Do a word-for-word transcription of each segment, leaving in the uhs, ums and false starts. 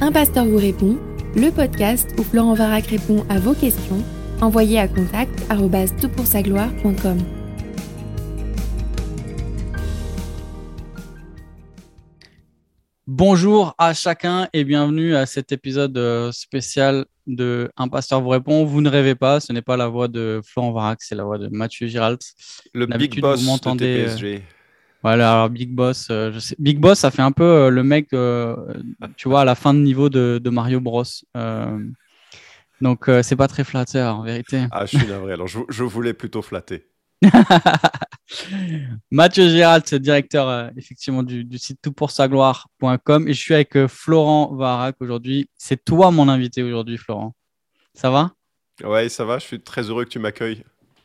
Un pasteur vous répond, le podcast où Florent Varac répond à vos questions, envoyez à contact arobase tout pour sa gloire point com. Bonjour à chacun et bienvenue à cet épisode spécial de Un pasteur vous répond. Vous ne rêvez pas, ce n'est pas la voix de Florent Varac, c'est la voix de Mathieu Giralt. Le Big Boss vous m'entendez, de T P S G. Euh... Voilà, alors Big Boss, euh, je sais, Big Boss, ça fait un peu euh, le mec, euh, tu vois, à la fin de niveau de, de Mario Bros. Euh, donc, euh, c'est pas très flatteur en vérité. Ah, je suis navré. Alors, je, je voulais plutôt flatter. Mathieu Giralt, directeur euh, effectivement du, du site tout pour sa gloire point com, et je suis avec euh, Florent Varac aujourd'hui. C'est toi mon invité aujourd'hui, Florent. Ça va ? Ouais, ça va. Je suis très heureux que tu m'accueilles.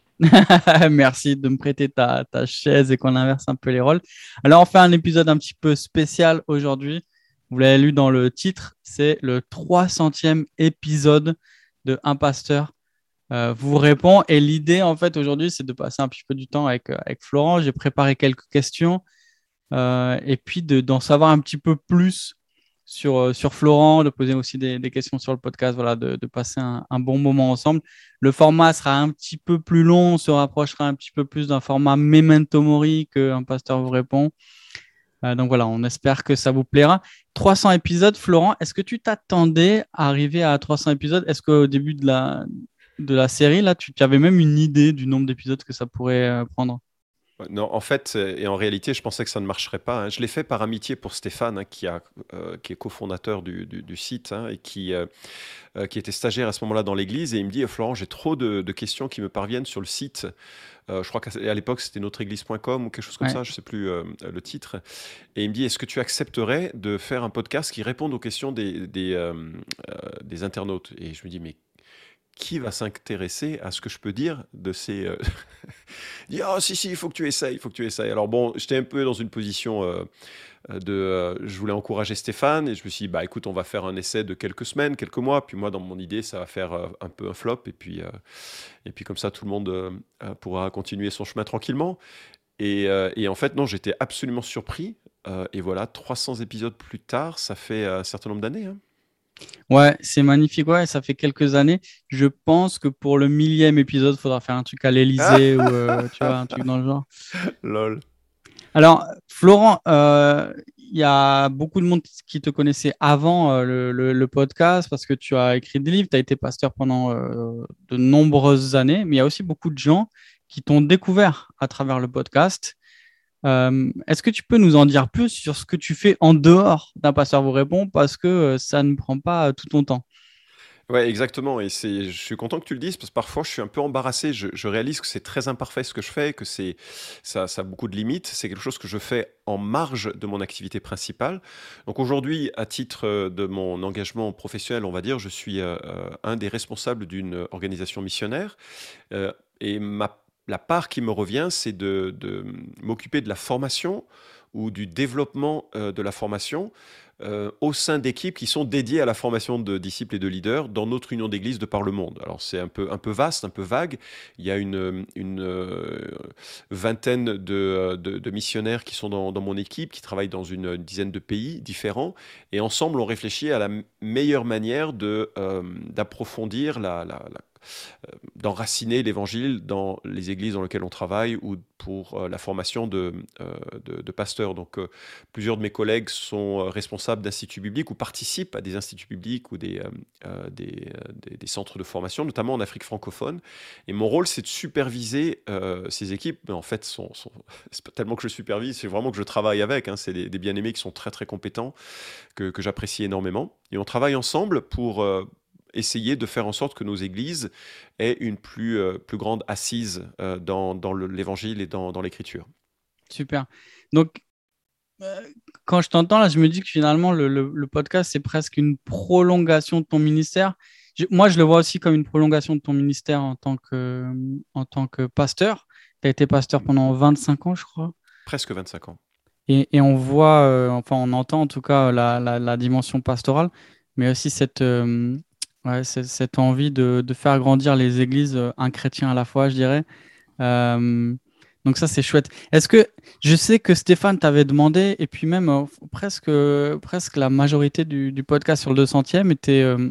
Merci de me prêter ta, ta chaise et qu'on inverse un peu les rôles. Alors, on fait un épisode un petit peu spécial aujourd'hui. Vous l'avez lu dans le titre, c'est le trois centième épisode de Un pasteur euh, vous répond. Et l'idée, en fait, aujourd'hui, c'est de passer un petit peu du temps avec, avec Florent. J'ai préparé quelques questions euh, et puis de, d'en savoir un petit peu plus sur, sur Florent, de poser aussi des, des questions sur le podcast, voilà, de, de passer un, un bon moment ensemble. Le format sera un petit peu plus long, on se rapprochera un petit peu plus d'un format Memento Mori qu'un pasteur vous répond. Euh, donc voilà, on espère que ça vous plaira. trois cents épisodes, Florent, est-ce que tu t'attendais à arriver à trois cents épisodes ? Est-ce qu'au début de la, de la série, là, tu, tu avais même une idée du nombre d'épisodes que ça pourrait euh, prendre ? Non, en fait, et en réalité, je pensais que ça ne marcherait pas. Hein. Je l'ai fait par amitié pour Stéphane, hein, qui, a, euh, qui est cofondateur du, du, du site hein, et qui, euh, euh, qui était stagiaire à ce moment-là dans l'église. Et il me dit, Florent, j'ai trop de, de questions qui me parviennent sur le site. Euh, je crois qu'à l'époque, c'était notre église point com ou quelque chose comme ouais. ça, je ne sais plus euh, le titre. Et il me dit, est-ce que tu accepterais de faire un podcast qui réponde aux questions des, des, euh, euh, des internautes ? Et je me dis, mais qui va s'intéresser à ce que je peux dire de ces... Euh... Il dit, ah, oh, si, si, il faut que tu essayes, il faut que tu essayes. Alors bon, j'étais un peu dans une position euh, de... Euh, je voulais encourager Stéphane et je me suis dit, bah écoute, on va faire un essai de quelques semaines, quelques mois. Puis moi, dans mon idée, ça va faire euh, un peu un flop. Et puis, euh, et puis comme ça, tout le monde euh, pourra continuer son chemin tranquillement. Et, euh, et en fait, non, j'étais absolument surpris. Euh, et voilà, trois cents épisodes plus tard, ça fait un certain nombre d'années, hein. Ouais, c'est magnifique. Ouais, ça fait quelques années. Je pense que pour le millième épisode, il faudra faire un truc à l'Élysée ou euh, tu vois, un truc dans le genre. Lol. Alors, Florent, il euh, y a beaucoup de monde qui te connaissait avant euh, le, le, le podcast parce que tu as écrit des livres, tu as été pasteur pendant euh, de nombreuses années, mais il y a aussi beaucoup de gens qui t'ont découvert à travers le podcast. Euh, est-ce que tu peux nous en dire plus sur ce que tu fais en dehors d'Un pasteur vous répond parce que euh, ça ne prend pas tout ton temps? Ouais, exactement. Et c'est, je suis content que tu le dises parce que parfois je suis un peu embarrassé. Je, je réalise que c'est très imparfait ce que je fais, que c'est, ça, ça a beaucoup de limites. C'est quelque chose que je fais en marge de mon activité principale. Donc aujourd'hui, à titre de mon engagement professionnel, on va dire, je suis euh, un des responsables d'une organisation missionnaire. Euh, et ma La part qui me revient, c'est de, de m'occuper de la formation ou du développement euh, de la formation euh, au sein d'équipes qui sont dédiées à la formation de disciples et de leaders dans notre union d'églises de par le monde. Alors c'est un peu, un peu vaste, un peu vague. Il y a une, une euh, vingtaine de, de, de missionnaires qui sont dans, dans mon équipe, qui travaillent dans une, une dizaine de pays différents. Et ensemble, on réfléchit à la meilleure manière de, euh, d'approfondir la... la, la d'enraciner l'évangile dans les églises dans lesquelles on travaille ou pour euh, la formation de, euh, de, de pasteurs. Donc, euh, plusieurs de mes collègues sont euh, responsables d'instituts bibliques ou participent à des instituts bibliques ou des, euh, des, des, des centres de formation, notamment en Afrique francophone. Et mon rôle, c'est de superviser euh, ces équipes. Mais en fait, sont, sont... c'est pas tellement que je supervise, c'est vraiment que je travaille avec. Hein. C'est des, des bien-aimés qui sont très, très compétents, que, que j'apprécie énormément. Et on travaille ensemble pour... Euh, essayer de faire en sorte que nos églises aient une plus, euh, plus grande assise euh, dans, dans le, l'évangile et dans, dans l'écriture. Super. Donc, euh, quand je t'entends là, je me dis que finalement, le, le, le podcast, c'est presque une prolongation de ton ministère. Je, moi, je le vois aussi comme une prolongation de ton ministère en tant que, en tant que pasteur. Tu as été pasteur pendant vingt-cinq ans, je crois. Presque vingt-cinq ans. Et, et on voit, euh, enfin, on entend en tout cas la, la, la dimension pastorale, mais aussi cette... Euh, Ouais, c'est cette envie de, de faire grandir les églises, euh, un chrétien à la fois, je dirais. Euh, Donc ça, c'est chouette. Est-ce que je sais que Stéphane t'avait demandé, et puis même euh, presque, euh, presque la majorité du, du podcast sur le deux centième était euh,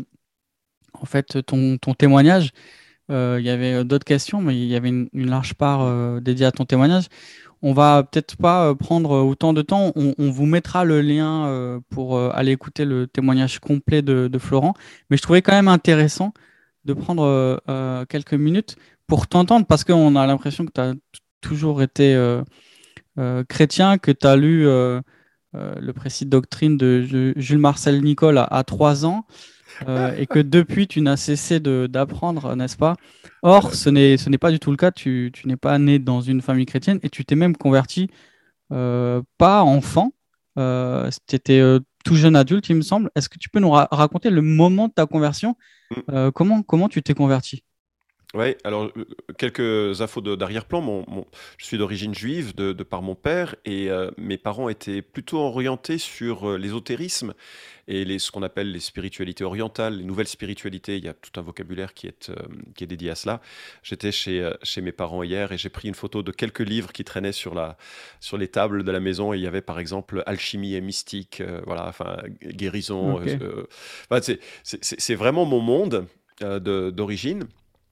en fait ton, ton témoignage. Euh, Il y avait euh, d'autres questions, mais il y avait une, une large part euh, dédiée à ton témoignage. On va peut-être pas euh, prendre autant de temps. On, on vous mettra le lien euh, pour euh, aller écouter le témoignage complet de, de Florent. Mais je trouvais quand même intéressant de prendre euh, euh, quelques minutes pour t'entendre parce qu'on a l'impression que tu as t- toujours été euh, euh, chrétien, que tu as lu euh, euh, le précis de doctrine de Ju- Jules Marcel Nicole à, à trois ans euh, et que depuis, tu n'as cessé de- d'apprendre, n'est-ce pas? Or, ce n'est, ce n'est pas du tout le cas. Tu, tu n'es pas né dans une famille chrétienne et tu t'es même converti euh, pas enfant. Euh, tu étais euh, tout jeune adulte, il me semble. Est-ce que tu peux nous ra- raconter le moment de ta conversion? Euh, comment, comment tu t'es converti? Ouais, alors euh, quelques infos de- d'arrière-plan. Mon, mon- je suis d'origine juive de, de par mon père et euh, mes parents étaient plutôt orientés sur euh, l'ésotérisme et les, ce qu'on appelle les spiritualités orientales, les nouvelles spiritualités. Il y a tout un vocabulaire qui est, euh, qui est dédié à cela. J'étais chez, euh, chez mes parents hier et j'ai pris une photo de quelques livres qui traînaient sur, la, sur les tables de la maison. Et il y avait par exemple Alchimie et mystique, euh, voilà, enfin, guérison. Ok. euh, euh, enfin, c'est c'est- c'est- c'est vraiment mon monde euh, de- d'origine.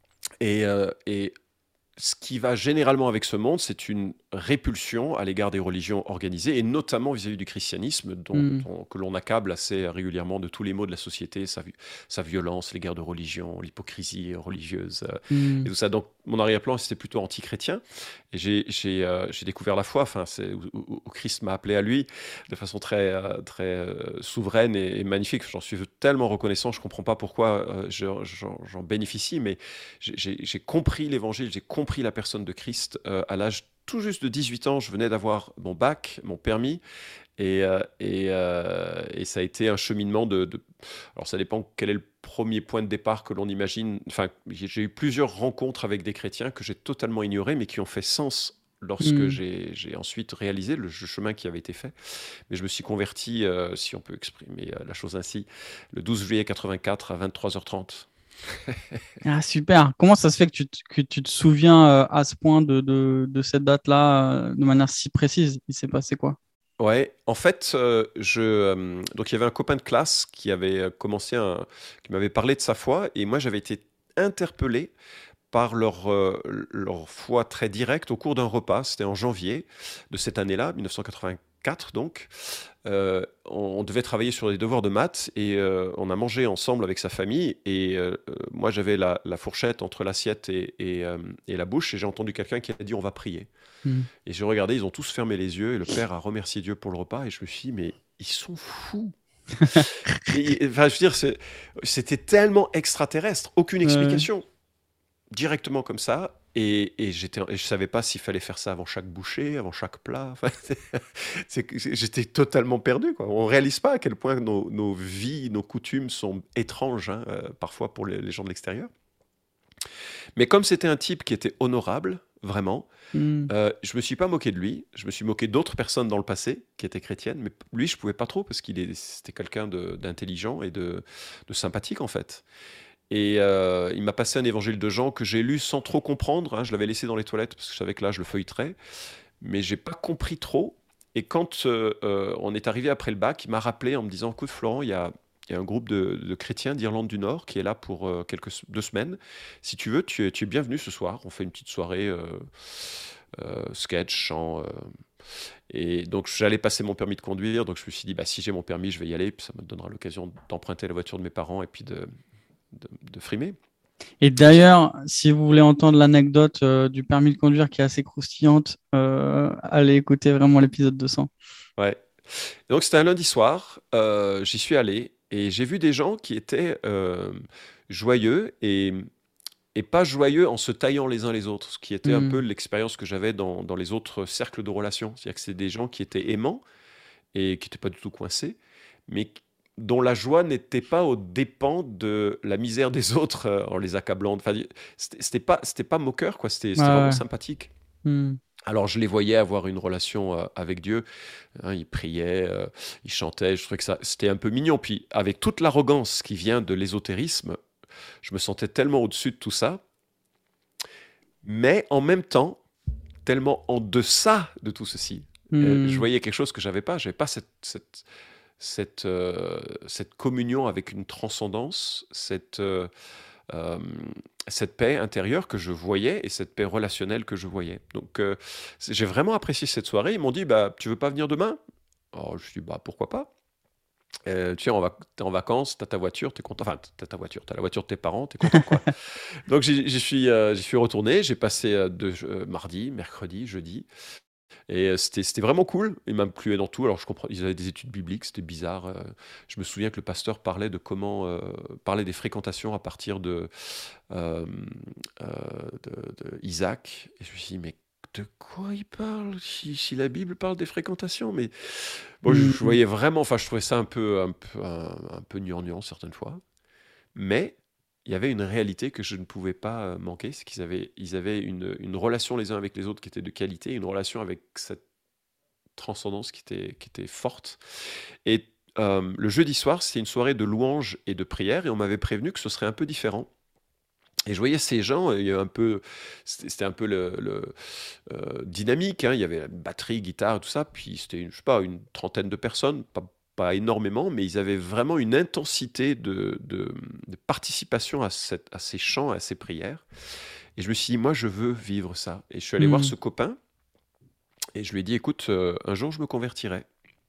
Et, euh, et ce qui va généralement avec ce monde, c'est une répulsion à l'égard des religions organisées, et notamment vis-à-vis du christianisme, dont, Hmm. dont- que l'on accable assez régulièrement de tous les maux de la société, sa, vi- sa violence, les guerres de religion, l'hypocrisie religieuse, euh, Hmm. et tout ça. Donc mon arrière-plan, c'était plutôt anti-chrétien, et j'ai j'ai, euh, j'ai découvert la foi, enfin, c'est, où, où- où Christ m'a appelé à lui de façon très, euh, très euh, souveraine et, et magnifique. J'en suis tellement reconnaissant, je ne comprends pas pourquoi euh, je- j'en j'en bénéficie, mais j'ai j'ai- j'ai compris l'évangile, j'ai compris la personne de Christ euh, à l'âge tout juste de dix-huit ans. Je venais d'avoir mon bac, mon permis, et, euh, et, euh, et ça a été un cheminement de, de- Alors ça dépend quel est le premier point de départ que l'on imagine. Enfin, j'ai j'ai eu plusieurs rencontres avec des chrétiens que j'ai totalement ignorés, mais qui ont fait sens lorsque Hmm. j'ai j'ai ensuite réalisé le chemin qui avait été fait. Mais je me suis converti, euh, si on peut exprimer euh, la chose ainsi, le douze juillet quatre-vingt-quatre à vingt-trois heures trente. Ah, super. Comment ça se fait que tu, te- que tu te souviens euh, à ce point de, de, de cette date-là euh, de manière si précise? Il s'est passé quoi? Ouais, en fait, euh, je, euh, donc il y avait un copain de classe qui avait euh, commencé un, qui m'avait parlé de sa foi, et moi j'avais été interpellé par leur, euh, leur foi très directe au cours d'un repas. C'était en janvier de cette année-là, mille neuf cent quatre-vingt-quatre donc. Euh, on, on devait travailler sur les devoirs de maths et euh, on a mangé ensemble avec sa famille. Et euh, euh, moi, j'avais la, la fourchette entre l'assiette et, et, euh, et la bouche, et j'ai entendu quelqu'un qui a dit on va prier. Hmm. Et j'ai regardé, ils ont tous fermé les yeux et le père a remercié Dieu pour le repas. Et je me suis dit, mais ils sont fous. Et, enfin, je veux dire, c'est- c'était tellement extraterrestre, aucune Ouais. explication directement comme ça. Et, et j'étais, et je savais pas s'il fallait faire ça avant chaque bouchée, avant chaque plat. Enfin, c'est- c'est que j'étais totalement perdu, quoi. On réalise pas à quel point nos, nos vies, nos coutumes sont étranges, hein, euh, parfois pour les, les gens de l'extérieur. Mais comme c'était un type qui était honorable, vraiment, Hmm. euh, je me suis pas moqué de lui. Je me suis moqué d'autres personnes dans le passé qui étaient chrétiennes, mais lui, je pouvais pas trop parce qu'il est, c'était quelqu'un de- d'intelligent et de, de sympathique en fait. Et euh, il m'a passé un évangile de Jean que j'ai lu sans trop comprendre, hein. Je l'avais laissé dans les toilettes parce que je savais que là, je le feuilleterais, mais j'ai pas compris trop. Et quand euh, euh, on est arrivé après le bac, il m'a rappelé en me disant, écoute Florent, il y a, il y a un groupe de, de chrétiens d'Irlande du Nord qui est là pour euh, quelques se- deux semaines. Si tu veux, tu es, tu es bienvenu ce soir. On fait une petite soirée euh, euh, sketch, chant. euh. Et donc j'allais passer mon permis de conduire, donc je me suis dit, bah, si j'ai mon permis, je vais y aller, puis ça me donnera l'occasion d'emprunter la voiture de mes parents et puis de, de, de frimer. Et d'ailleurs, si vous voulez entendre l'anecdote euh, du permis de conduire qui est assez croustillante, euh, allez écouter vraiment l'épisode deux cents. Ouais. Donc c'était un lundi soir, euh, j'y suis allé et j'ai vu des gens qui étaient euh, joyeux et, et pas joyeux en se taillant les uns les autres, ce qui était un peu Hmm. l'expérience que j'avais dans, dans les autres cercles de relations. C'est-à-dire que c'est des gens qui étaient aimants et qui n'étaient pas du tout coincés, mais qui- dont la joie n'était pas aux dépens de la misère des autres euh, en les accablant. Enfin, c'était c'était pas, c'était pas moqueur, quoi. C'était c'était vraiment Ouais. sympathique. Hmm. Alors je les voyais avoir une relation euh, avec Dieu, hein, ils priaient, euh, ils chantaient, je trouvais que ça, c'était un peu mignon. Puis avec toute l'arrogance qui vient de l'ésotérisme, je me sentais tellement au-dessus de tout ça. Mais en même temps, tellement en deçà de tout ceci. Euh, je Hmm. voyais quelque chose que j'avais pas. J'avais pas cette, cette, cette, euh, cette communion avec une transcendance, cette, euh, euh, cette paix intérieure que je voyais et cette paix relationnelle que je voyais. Donc, euh, c'est- j'ai vraiment apprécié cette soirée. Ils m'ont dit, bah, tu veux pas venir demain? Alors, je me suis dit, bah, pourquoi pas? Euh, tu sais, en vac- t'es en vacances, t'as ta voiture, t'es content. Enfin, t'as ta voiture, t'as la voiture de tes parents, t'es content, quoi. Donc, j'y j'y suis, euh, j'y suis retourné. J'ai passé euh, de, euh, mardi, mercredi, jeudi. Et euh, c'était c'était vraiment cool. Il m'a plu dans tout. Alors, je comprends, ils avaient des études bibliques, c'était bizarre. euh, Je me souviens que le pasteur parlait de comment, euh, parlait des fréquentations à partir de, euh, euh, de, de Isaac. Et je me suis dit, mais de quoi il parle si, si la Bible parle des fréquentations? Mais bon, je, je Hmm. voyais vraiment, enfin, je trouvais ça un peu, un peu, un, un peu gnangnan certaines fois. Mais il y avait une réalité que je ne pouvais pas euh, manquer, c'est qu'ils avaient, ils avaient une, une relation les uns avec les autres qui était de qualité, une relation avec cette transcendance qui était, qui était forte. Et euh, le jeudi soir, c'était une soirée de louanges et de prières, et on m'avait prévenu que ce serait un peu différent. Et je voyais ces gens, il y avait un peu, c'était c'était un peu le, le, euh, dynamique, hein. Il y avait la batterie, guitare, tout ça. Puis c'était, une- je sais pas, une trentaine de personnes, pas, pas énormément, mais ils avaient vraiment une intensité de, de- de participation à, cette, à ces chants, à ces prières. Et je me suis dit, moi, je veux vivre ça. Et je suis allé voir Hmm. ce copain et je lui ai dit, écoute, euh, un jour, je me convertirai.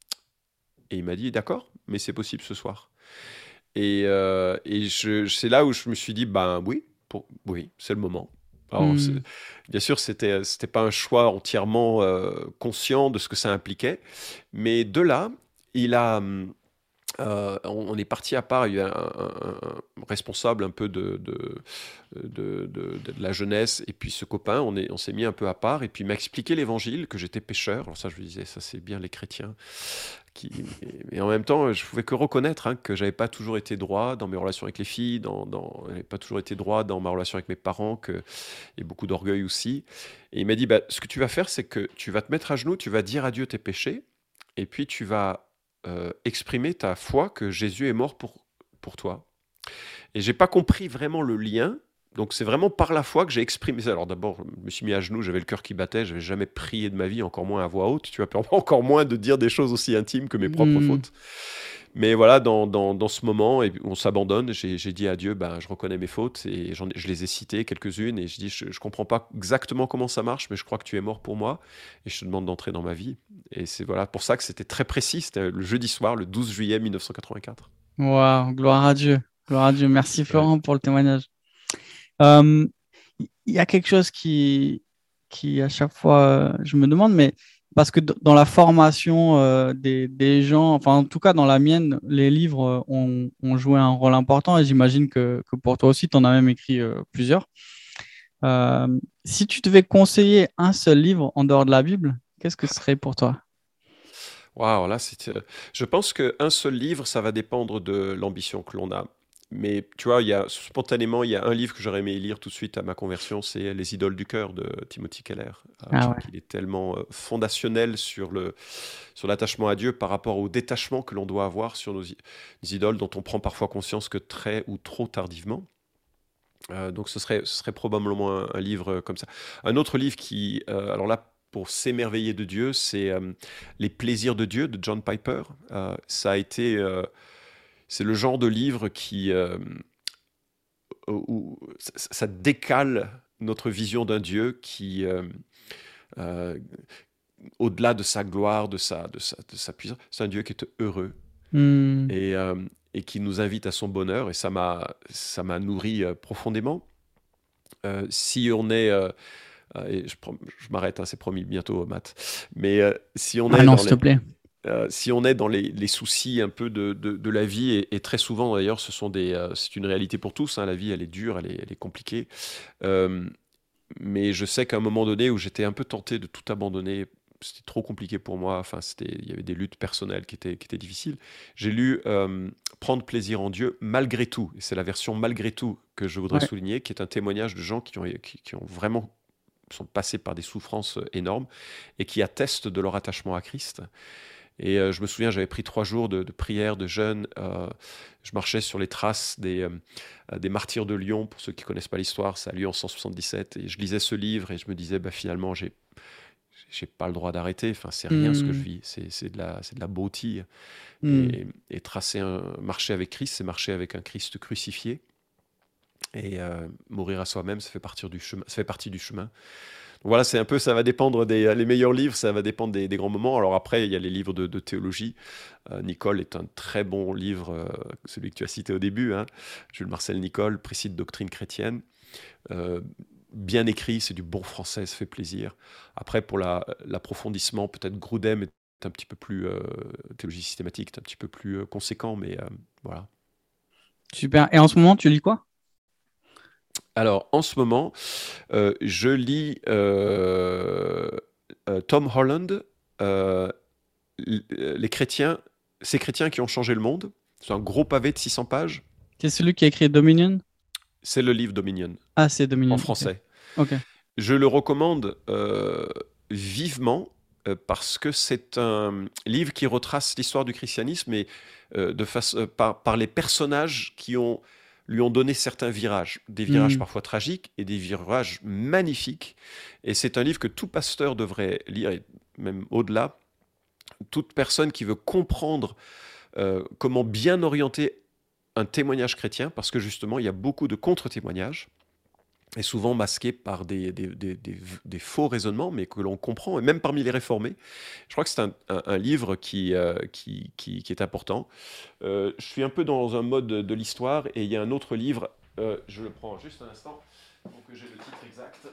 Et il m'a dit, d'accord, mais c'est possible ce soir. Et, euh, et je, c'est là où je me suis dit, ben oui, pour- oui, c'est le moment. Alors, c'est- Hmm. bien sûr, c'était, c'était pas un choix entièrement euh, conscient de ce que ça impliquait, mais de là, il a, hum, euh, on, on est parti à part. Il y a un, un- un responsable un peu de, de, de, de- de la jeunesse, et puis ce copain, on est, on s'est mis un peu à part, et puis il m'a expliqué l'évangile, que j'étais pécheur. Alors ça, je me disais, ça c'est bien les chrétiens. Qui... Et en même temps, je pouvais que reconnaître hein, que j'avais pas toujours été droit dans mes relations avec les filles, dans, dans... j'avais pas toujours été droit dans ma relation avec mes parents, que... et beaucoup d'orgueil aussi. Et il m'a dit, bah, ce que tu vas faire, c'est que tu vas te mettre à genoux, tu vas dire à Dieu tes péchés, et puis tu vas euh, exprimer ta foi que Jésus est mort pour, pour toi. Et j'ai pas compris vraiment le lien. Donc c'est vraiment par la foi que j'ai exprimé ça. Alors d'abord, je me suis mis à genoux, j'avais le cœur qui battait, j'avais jamais prié de ma vie, encore moins à voix haute, tu vois, encore moins de dire des choses aussi intimes que mes propres Hmm. fautes. Mais voilà, dans, dans, dans ce moment, et on s'abandonne, j'ai j'ai dit à Dieu, ben, je reconnais mes fautes, et j'en ai- je les ai citées quelques-unes, et je dis, je, je comprends pas exactement comment ça marche, mais je crois que tu es mort pour moi, et je te demande d'entrer dans ma vie. Et c'est voilà pour ça que c'était très précis, c'était le jeudi soir, le douze juillet mille neuf cent quatre-vingt-quatre. Waouh, gloire à Dieu. Gloire à Dieu. Merci Ouais. Florent pour le témoignage. Euh, Il y a quelque chose qui, qui à chaque fois, euh, je me demande, mais parce que d- dans la formation euh, des, des gens, enfin en tout cas dans la mienne, les livres euh, ont, ont joué un rôle important et j'imagine que, que pour toi aussi, tu en as même écrit euh, plusieurs. Euh, Si tu devais conseiller un seul livre en dehors de la Bible, qu'est-ce que ce serait pour toi? Waouh, là, c'est, euh, je pense qu'un seul livre, ça va dépendre de l'ambition que l'on a. Mais tu vois, il y a, spontanément, il y a un livre que j'aurais aimé lire tout de suite à ma conversion, c'est Les idoles du cœur de Timothy Keller. Euh, je Ah trouve ouais. qu'il est tellement euh, fondationnel sur le, sur l'attachement à Dieu par rapport au détachement que l'on doit avoir sur nos, i- nos idoles dont on prend parfois conscience que très ou trop tardivement. Euh, donc ce serait, ce serait probablement un, un livre euh, comme ça. Un autre livre qui, euh, alors là, pour s'émerveiller de Dieu, c'est euh, Les plaisirs de Dieu de John Piper. Euh, ça a été, euh, c'est le genre de livre qui, euh, où ça, ça décale notre vision d'un Dieu qui, euh, euh, au-delà de sa gloire, de sa, de sa, de sa puissance, c'est un Dieu qui est heureux Hmm. et, euh, et qui nous invite à son bonheur. Et ça m'a, ça m'a nourri euh, profondément. Euh, si on est euh, Euh, et je, prom- je m'arrête, hein, c'est promis, bientôt, Matt. Mais euh, si on Ah est non, dans s'il te les, plaît. euh, si on est dans les, les soucis un peu de, de, de la vie, et, et très souvent d'ailleurs, ce sont des, euh, c'est une réalité pour tous, hein, la vie, elle est dure, elle est, elle est compliquée. Euh, mais je sais qu'à un moment donné où j'étais un peu tenté de tout abandonner, c'était trop compliqué pour moi, enfin, c'était, il y avait des luttes personnelles qui étaient, qui étaient difficiles. J'ai lu euh, Prendre plaisir en Dieu malgré tout, et c'est la version malgré tout que je voudrais Ouais. souligner, qui est un témoignage de gens qui ont, qui, qui ont vraiment sont passés par des souffrances énormes et qui attestent de leur attachement à Christ. Et euh, je me souviens, j'avais pris trois jours de, de prière, de jeûne. Euh, je marchais sur les traces des, euh, des martyrs de Lyon. Pour ceux qui ne connaissent pas l'histoire, c'est à Lyon en cent soixante-dix-sept. Et je lisais ce livre et je me disais, bah, finalement, j'ai, j'ai pas le droit d'arrêter. Enfin, c'est rien ce que je Hmm. vis. C'est, c'est de la, c'est de la beauté. Hmm. Et, et tracer un marcher avec Christ, c'est marcher avec un Christ crucifié. Et euh, mourir à soi-même, ça fait partie du chemin. Ça fait partie du chemin. Donc voilà, c'est un peu, ça va dépendre des les meilleurs livres, ça va dépendre des, des grands moments. Alors après, il y a les livres de, de théologie. Euh, Nicole est un très bon livre, euh, celui que tu as cité au début, hein, Jules Marcel Nicole, Précis de doctrine chrétienne. Euh, Bien écrit, c'est du bon français, ça fait plaisir. Après, pour la, l'approfondissement, peut-être Grudem est un petit peu plus euh, théologie systématique, est un petit peu plus euh, conséquent, mais euh, voilà. Super. Et en ce moment, tu lis quoi? Alors, en ce moment, euh, je lis euh, euh, Tom Holland, euh, l- les chrétiens, ces chrétiens qui ont changé le monde. C'est un gros pavé de six cents pages. C'est celui qui a écrit Dominion? C'est le livre Dominion, Ah, c'est en Dominion. Ok. français. Ok. Je le recommande euh, vivement euh, parce que c'est un livre qui retrace l'histoire du christianisme et euh, de face, euh, par, par les personnages qui ont, lui ont donné certains virages, des virages Hmm. parfois tragiques et des virages magnifiques. Et c'est un livre que tout pasteur devrait lire, et même au-delà, toute personne qui veut comprendre euh, comment bien orienter un témoignage chrétien, parce que justement, il y a beaucoup de contre-témoignages et souvent masqué par des, des, des, des, des faux raisonnements, mais que l'on comprend, et même parmi les réformés. Je crois que c'est un, un, un livre qui, euh, qui, qui, qui est important. Euh, je suis un peu dans un mode de, de l'histoire, et il y a un autre livre, euh, je le prends juste un instant, pour que j'ai le titre exact.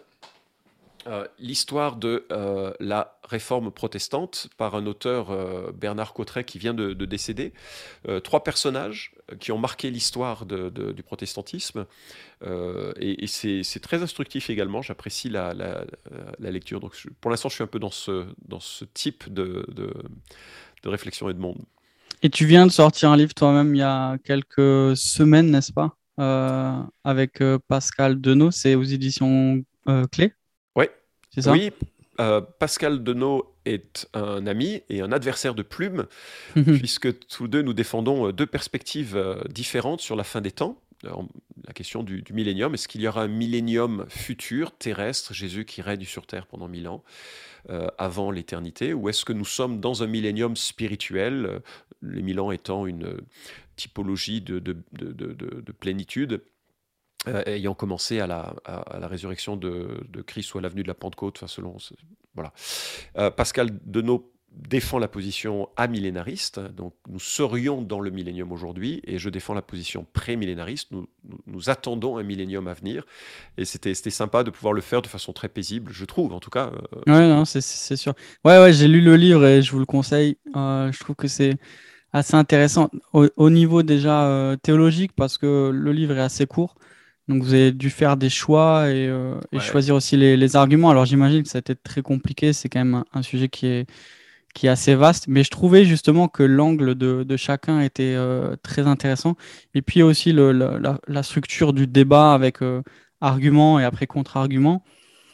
Euh, l'histoire de euh, la réforme protestante par un auteur, euh, Bernard Cotteret, qui vient de, de décéder. Euh, trois personnages qui ont marqué l'histoire de, de, du protestantisme. Euh, et et c'est, c'est très instructif également. J'apprécie la, la, la lecture. Donc, je- pour l'instant, je suis un peu dans ce, dans ce type de, de, de réflexion et de monde. Et tu viens de sortir un livre toi-même il y a quelques semaines, n'est-ce pas? Euh, avec euh, Pascal Denot, c'est aux éditions euh, Clé, Oui, c'est ça? oui. euh, Pascal Denot est un ami et un adversaire de Plume, puisque tous deux nous défendons euh, deux perspectives euh, différentes sur la fin des temps. Alors, la question du, du millénium, est-ce qu'il y aura un millénium futur, terrestre, Jésus qui règne sur terre pendant mille ans, euh, avant l'éternité, ou est-ce que nous sommes dans un millénium spirituel, euh, les mille ans étant une euh, typologie de, de, de, de, de- de plénitude, euh, ayant commencé à la, à, à la résurrection de, de Christ ou à l'avenue de la Pentecôte, enfin selon, ce- voilà. Euh, Pascal Denot défend la position amillénariste, donc nous serions dans le millénium aujourd'hui, et je défends la position pré-millénariste, nous, nous, nous attendons un millénium à venir, et c'était, c'était sympa de pouvoir le faire de façon très paisible, je trouve, en tout cas. euh, Ouais, non, c'est c'est sûr. Ouais, ouais, j'ai lu le livre et je vous le conseille. Euh, je trouve que c'est assez intéressant au, au niveau déjà euh, théologique parce que le livre est assez court. Donc vous avez dû faire des choix et, euh, et ouais, choisir aussi les, les arguments. Alors j'imagine que ça a été très compliqué. C'est quand même un, un sujet qui est, qui est assez vaste. Mais je trouvais justement que l'angle de, de chacun était euh, très intéressant. Et puis aussi le, la, la- la structure du débat avec euh, arguments et après contre-arguments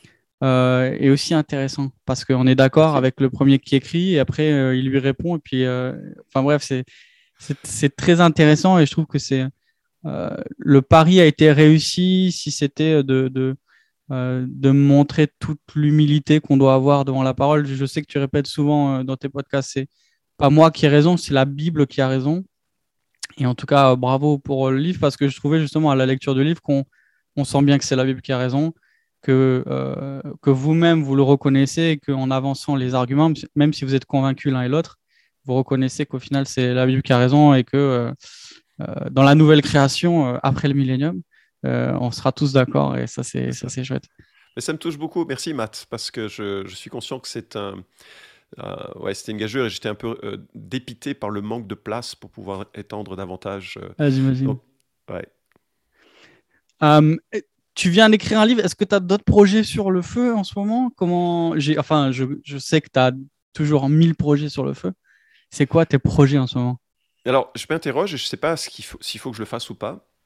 euh, est aussi intéressant parce qu'on est d'accord merci. avec le premier qui écrit et après euh, il lui répond et puis euh, enfin bref c'est c'est c'est très intéressant et je trouve que c'est euh, le pari a été réussi si c'était de de euh, de montrer toute l'humilité qu'on doit avoir devant la parole. Je sais que tu répètes souvent euh, dans tes podcasts, c'est pas moi qui ai raison, c'est la Bible qui a raison. Et en tout cas, euh, bravo pour le livre parce que je trouvais justement à la lecture du livre qu'on on sent bien que c'est la Bible qui a raison, que, euh, que vous-même vous le reconnaissez et qu'en avançant les arguments, même si vous êtes convaincus l'un et l'autre, vous reconnaissez qu'au final c'est la Bible qui a raison et que euh, euh, dans la nouvelle création, euh, après le millénium, euh, on sera tous d'accord et ça c'est C'est ça ça. c'est chouette. Mais ça me touche beaucoup, merci Matt, parce que je, je suis conscient que c'est un, euh, ouais, c'était une gageure et j'étais un peu euh, dépité par le manque de place pour pouvoir étendre davantage. euh, Ah, j'imagine. donc, ouais. Euh, Tu viens d'écrire un livre. Est-ce que tu as d'autres projets sur le feu en ce moment? Comment j'ai, enfin, je, je sais que tu as toujours mille projets sur le feu. C'est quoi tes projets en ce moment? Alors, je m'interroge et je ne sais pas ce qu'il faut, s'il faut que je le fasse ou pas.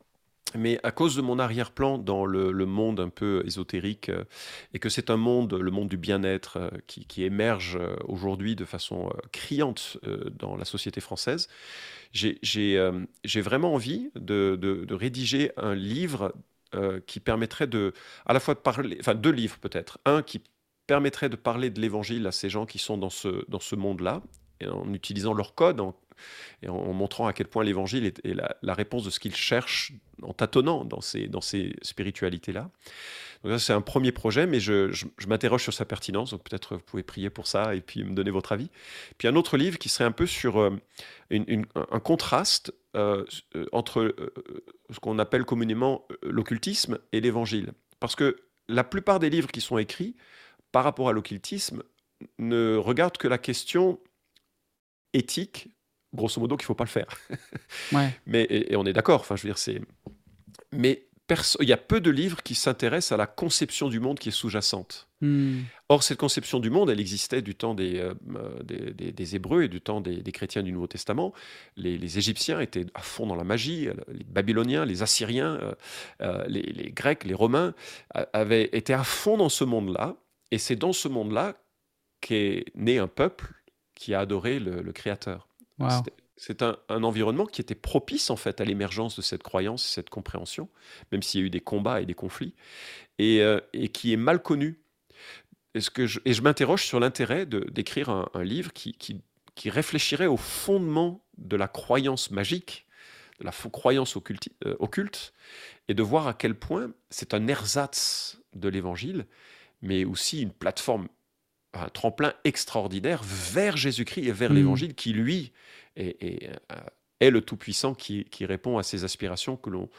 Mais à cause de mon arrière-plan dans le, le monde un peu ésotérique, euh, et que c'est un monde, le monde du bien-être, euh, qui, qui émerge euh, aujourd'hui de façon euh, criante euh, dans la société française, j'ai j'ai, euh, j'ai vraiment envie de, de- de rédiger un livre euh, qui permettrait de, à la fois de parler, enfin deux livres peut-être. Un qui permettrait de parler de l'évangile à ces gens qui sont dans ce, dans ce monde-là, et en utilisant leur code, en et en, en montrant à quel point l'évangile est, est la, la réponse de ce qu'ils cherchent en tâtonnant dans ces, dans ces spiritualités-là. Donc ça, c'est un premier projet, mais je, je- je m'interroge sur sa pertinence, donc peut-être vous pouvez prier pour ça et puis me donner votre avis. Puis un autre livre qui serait un peu sur euh, une- une- un contraste euh, euh, entre euh, ce qu'on appelle communément euh, l'occultisme et l'évangile. Parce que la plupart des livres qui sont écrits par rapport à l'occultisme ne regardent que la question éthique, grosso modo, qu'il ne faut pas le faire. Ouais. Mais, et, et on est d'accord, enfin, je veux dire, c'est. Mais perso- il y a peu de livres qui s'intéressent à la conception du monde qui est sous-jacente. Hmm. Or, cette conception du monde, elle existait du temps des, euh, euh, des, des- des Hébreux et du temps des, des chrétiens du Nouveau Testament. Les, les Égyptiens étaient à fond dans la magie, euh, les Babyloniens, les Assyriens, euh, euh, les, les Grecs, les Romains a- avaient été à fond dans ce monde-là. Et c'est dans ce monde-là qu'est né un peuple qui a adoré le, le Créateur. Wow. C'était- C'est un, un environnement qui était propice en fait à l'émergence de cette croyance, cette compréhension, même s'il y a eu des combats et des conflits, et, euh, et qui est mal connu. Est-ce que je, et je m'interroge sur l'intérêt de- d'écrire un, un livre qui, qui, qui réfléchirait au fondement de la croyance magique, de la faux croyance occulti- euh, occulte, et de voir à quel point c'est un ersatz de l'évangile, mais aussi une plateforme, un tremplin extraordinaire vers Jésus-Christ et vers Hmm. l'évangile qui, lui, est, est, euh, est le Tout-Puissant qui, qui répond à ces aspirations que l'on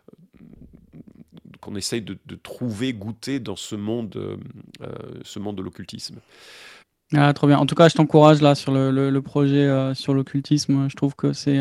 qu'on essaye de, de trouver, goûter dans ce monde, euh, euh, ce monde de l'occultisme. Ah, trop bien. En tout cas, je t'encourage là sur le, le- le projet euh, sur l'occultisme. Je trouve que c'est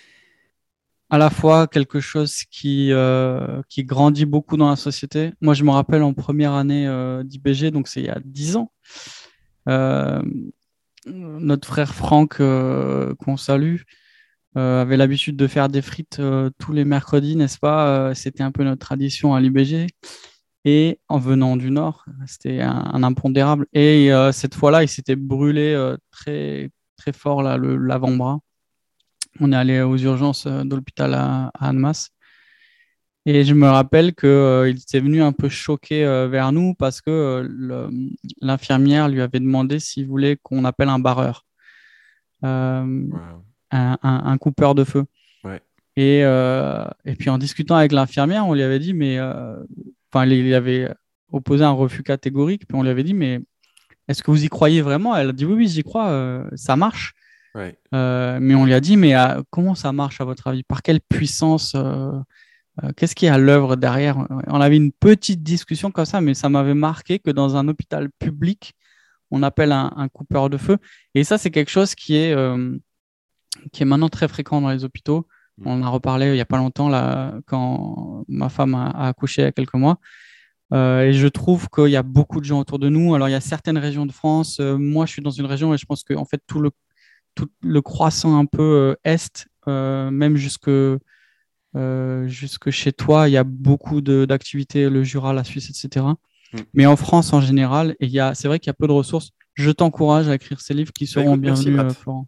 à la fois quelque chose qui, euh, qui grandit beaucoup dans la société. Moi, je me rappelle en première année euh, d'I B G, donc c'est il y a dix ans, euh, notre frère Franck, euh, qu'on salue, euh, avait l'habitude de faire des frites euh, tous les mercredis, n'est-ce pas? Euh, c'était un peu notre tradition à l'I B G. Et en venant du Nord, c'était un, un impondérable. Et euh, cette fois-là, il s'était brûlé euh, très, très fort là, le, l'avant-bras. On est allé aux urgences euh, de l'hôpital à, à Annemasse. Et je me rappelle qu'il euh, était venu un peu choqué euh, vers nous parce que euh, le- l'infirmière lui avait demandé s'il voulait qu'on appelle un barreur, euh, Wow. un, un- un coupeur de feu. Ouais. Et, euh, et puis en discutant avec l'infirmière, on lui avait dit, mais euh, enfin, il il avait opposé un refus catégorique. Puis on lui avait dit, mais est-ce que vous y croyez vraiment? Elle a dit, oui, oui, j'y crois, euh, ça marche. Ouais. Euh, mais on lui a dit, mais euh, comment ça marche à votre avis? Par quelle puissance? euh, euh, qu'est-ce qui est à l'œuvre derrière? On avait une petite discussion comme ça, mais ça m'avait marqué que dans un hôpital public, on appelle un, un coupeur de feu. Et ça, c'est quelque chose qui est, euh, qui est maintenant très fréquent dans les hôpitaux. Mm. On en a reparlé il n'y a pas longtemps, là, quand ma femme a, a accouché il y a quelques mois. Euh, et je trouve qu'il y a beaucoup de gens autour de nous. Alors, il y a certaines régions de France. Euh, moi, je suis dans une région et je pense que en fait, tout le, tout le croissant un peu euh, est, euh, même jusque, euh, jusque chez toi, il y a beaucoup de, d'activités, le Jura, la Suisse, et cetera. Mm. Mais en France, en général, et il y a, c'est vrai qu'il y a peu de ressources. Je t'encourage à écrire ces livres qui Bah, seront écoute, merci bienvenus, euh, Matt. Florent.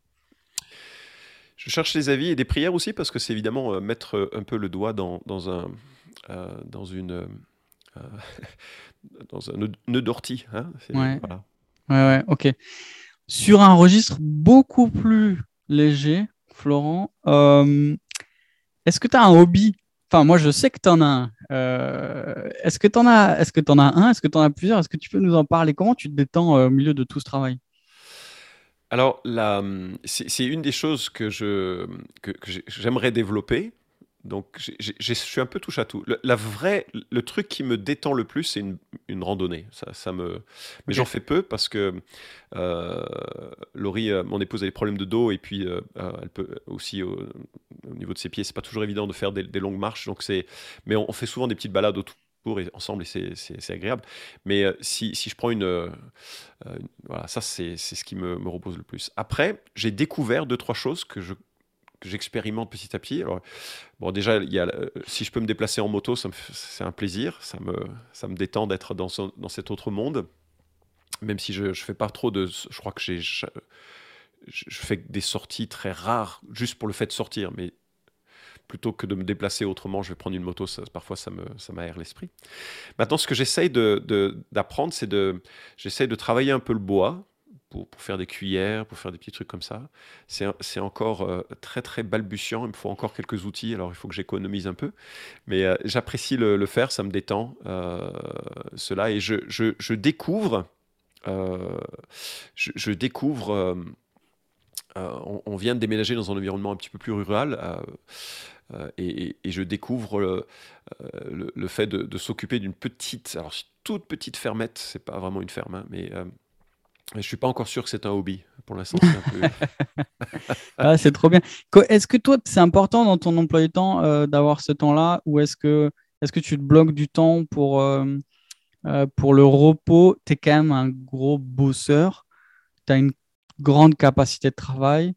Je cherche des avis et des prières aussi parce que c'est évidemment euh, mettre euh, un peu le doigt dans, dans un, euh, dans une, euh, euh, dans un nœud, nœud d'ortie, hein. C'est- Ouais, voilà. ouais, ouais, ok. Sur un registre beaucoup plus léger, Florent, euh, est-ce que tu as un hobby? Enfin, moi, je sais que tu en as un. Euh, est-ce que tu en as, est-ce que tu en as un? Est-ce que tu en as plusieurs? Est-ce que tu peux nous en parler? Comment tu te détends euh, au milieu de tout ce travail? Alors, la, hum, c'est c'est une des choses que je, que, que j'ai- j'aimerais développer. Donc, j'ai- j'ai- j'ai- je suis un peu touche à tout. Le, la vraie, le truc qui me détend le plus, c'est une, une randonnée. Ça, ça me, mais j'en Ok. fais peu parce que euh, Laurie, euh, mon épouse, a des problèmes de dos et puis euh, euh, elle peut aussi au, au niveau de ses pieds, c'est pas toujours évident de faire des, des longues marches. Donc c'est, mais on, on fait souvent des petites balades autour et ensemble et c'est c'est- c'est agréable. Mais euh, si, si je prends une, euh, une- voilà, ça c'est c'est ce qui me, me repose le plus. Après, j'ai découvert deux trois choses que je que j'expérimente petit à petit. Alors, bon, déjà, il y a, euh, si je peux me déplacer en moto, ça me f- c'est un plaisir. Ça me, ça me détend d'être dans, ce- dans cet autre monde. Même si je ne fais pas trop de... Je crois que j'ai, je, je fais des sorties très rares, juste pour le fait de sortir. Mais plutôt que de me déplacer autrement, je vais prendre une moto. Ça, parfois, ça me, ça m'aère l'esprit. Maintenant, ce que j'essaye de, de- d'apprendre, c'est de... J'essaye de travailler un peu le bois pour, pour faire des cuillères, pour faire des petits trucs comme ça. C'est, c'est encore euh, très, très balbutiant. Il me faut encore quelques outils, alors il faut que j'économise un peu. Mais euh, j'apprécie le, le faire, ça me détend, euh, cela. Et je, je, je découvre... euh, je, je découvre... euh, euh, on, on vient de déménager dans un environnement un petit peu plus rural, euh, euh, et, et- et je découvre le, euh, le- le fait de, de s'occuper d'une petite, alors c'est une toute petite fermette, c'est pas vraiment une ferme, hein, mais euh, je suis pas encore sûr que c'est un hobby. Pour l'instant, c'est un peu. Ah, c'est trop bien. Co- Est-ce que toi, c'est important dans ton emploi du temps euh, d'avoir ce temps-là ou est-ce que, est-ce que tu te bloques du temps pour, euh, euh, pour le repos? Tu es quand même un gros bosseur, tu as une grande capacité de travail,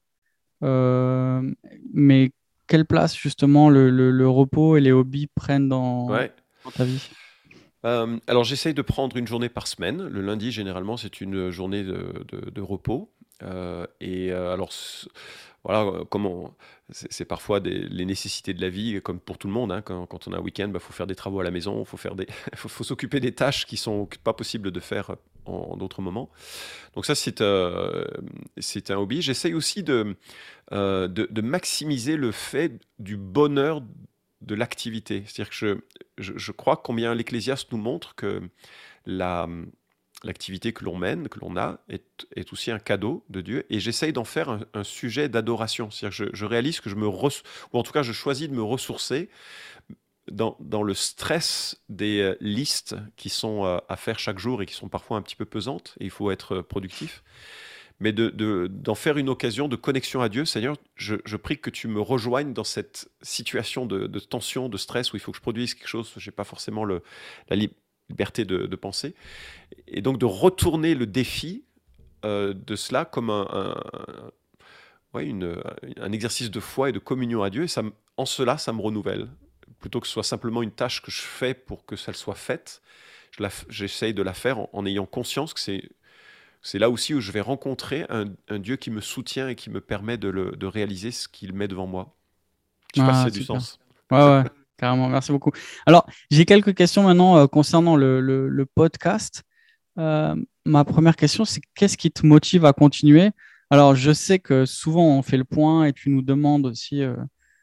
euh, mais quelle place justement le, le- le repos et les hobbies prennent dans, Ouais. dans ta vie? Euh, alors j'essaye de prendre une journée par semaine. Le lundi, généralement, c'est une journée de, de- de repos. Euh, et euh, alors, c- voilà, euh, comment c'est c'est parfois des- les nécessités de la vie, comme pour tout le monde, hein. Quand, quand on a un week-end, il faut faire des travaux à la maison, il faut faire des, faut, faut s'occuper des tâches qui sont pas possibles de faire en, en d'autres moments. Donc ça, c'est euh, c'est un hobby. J'essaye aussi de, euh, de, de maximiser le fait du bonheur de l'activité. C'est-à-dire que je, je, je crois combien l'Ecclésiaste nous montre que la, l'activité que l'on mène, que l'on a, est, est aussi un cadeau de Dieu. Et j'essaye d'en faire un, un sujet d'adoration. C'est-à-dire que je, je réalise que je me... res- ou en tout cas, je choisis de me ressourcer dans, dans le stress des euh, listes qui sont euh, à faire chaque jour et qui sont parfois un petit peu pesantes. Et il faut être euh, productif. Mais de, de- d'en faire une occasion de connexion à Dieu. Seigneur, je, je prie que tu me rejoignes dans cette situation de, de tension, de stress, où il faut que je produise quelque chose, je n'ai pas forcément le, la li- liberté de, de penser. Et donc de retourner le défi euh, de cela comme un, un- ouais, une- un exercice de foi et de communion à Dieu. Et ça, me- en cela, ça me renouvelle. Plutôt que ce soit simplement une tâche que je fais pour que ça soit faite, je la f- j'essaye de la faire en, en ayant conscience que c'est c'est là aussi où je vais rencontrer un, un Dieu qui me soutient et qui me permet de, le- de réaliser ce qu'il met devant moi. Je sais pas si ça Ah, a du super. sens. Ouais, ouais, carrément. Merci beaucoup. Alors, j'ai quelques questions maintenant euh, concernant le, le- le podcast. Euh, Ma première question, c'est qu'est-ce qui te motive à continuer? Alors, je sais que souvent on fait le point et tu nous demandes aussi euh,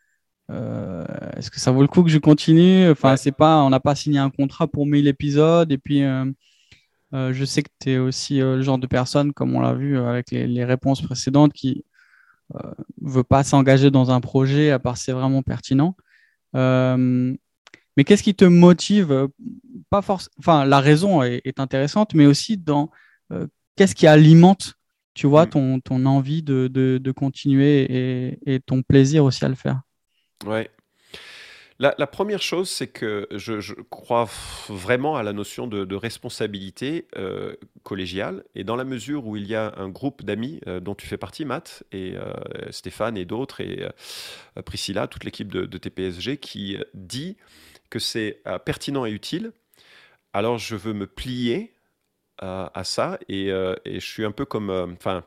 euh, est-ce que ça vaut le coup que je continue? Enfin, Ouais, c'est pas, on n'a pas signé un contrat pour mille épisodes. Et puis, euh, euh, je sais que tu es aussi euh, le genre de personne, comme on l'a vu euh, avec les, les réponses précédentes, qui veut pas s'engager dans un projet à part si c'est vraiment pertinent. Euh, mais qu'est-ce qui te motive? euh, Pas forc- Enfin, la raison est, est intéressante, mais aussi dans euh, qu'est-ce qui alimente, tu vois, mm, ton, ton envie de, de, de continuer et, et ton plaisir aussi à le faire. ouais. La, la première chose, c'est que je, je crois f- vraiment à la notion de, de responsabilité euh, collégiale. Et dans la mesure où il y a un groupe d'amis euh, dont tu fais partie, Matt, et euh, Stéphane et d'autres, et euh, Priscilla, toute l'équipe de, de T P S G, qui euh, dit que c'est euh, pertinent et utile, alors je veux me plier à, à ça. Et, euh, et je suis un peu comme... euh, Enfin,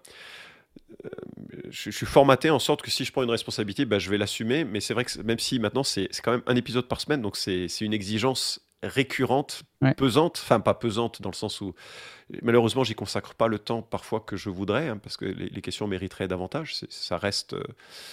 je, je suis formaté en sorte que si je prends une responsabilité, bah, je vais l'assumer. Mais c'est vrai que c'est- même si maintenant c'est c'est quand même un épisode par semaine, donc c'est c'est une exigence récurrente, Ouais. pesante, enfin pas pesante dans le sens où malheureusement j'y consacre pas le temps parfois que je voudrais, hein, parce que les, les questions mériteraient davantage. C'est- Ça reste, euh,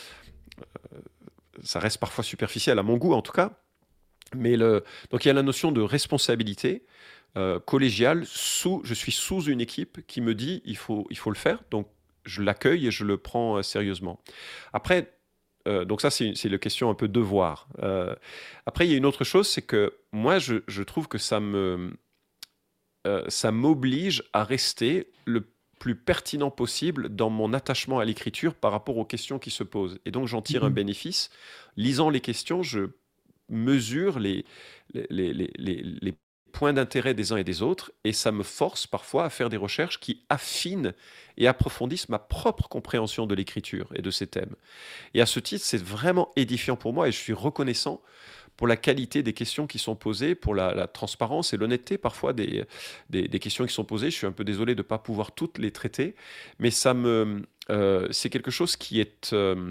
ça reste parfois superficiel à mon goût en tout cas. Mais le, donc il y a la notion de responsabilité euh, collégiale. Sous, je suis sous une équipe qui me dit il faut, il faut le faire. Donc je l'accueille et je le prends euh, sérieusement. Après, euh, donc ça c'est c'est la question un peu devoir. Euh, après il y a une autre chose, c'est que moi je, je trouve que ça me euh, ça m'oblige à rester le plus pertinent possible dans mon attachement à l'écriture par rapport aux questions qui se posent. Et donc j'en tire un Mhm. bénéfice. Lisant les questions, je mesure les, les, les, les, les points d'intérêt des uns et des autres, et ça me force parfois à faire des recherches qui affinent et approfondissent ma propre compréhension de l'écriture et de ces thèmes. Et à ce titre, c'est vraiment édifiant pour moi, et je suis reconnaissant pour la qualité des questions qui sont posées, pour la, la transparence et l'honnêteté parfois des, des, des questions qui sont posées. Je suis un peu désolé de ne pas pouvoir toutes les traiter, mais ça me, euh, c'est quelque chose qui est... euh,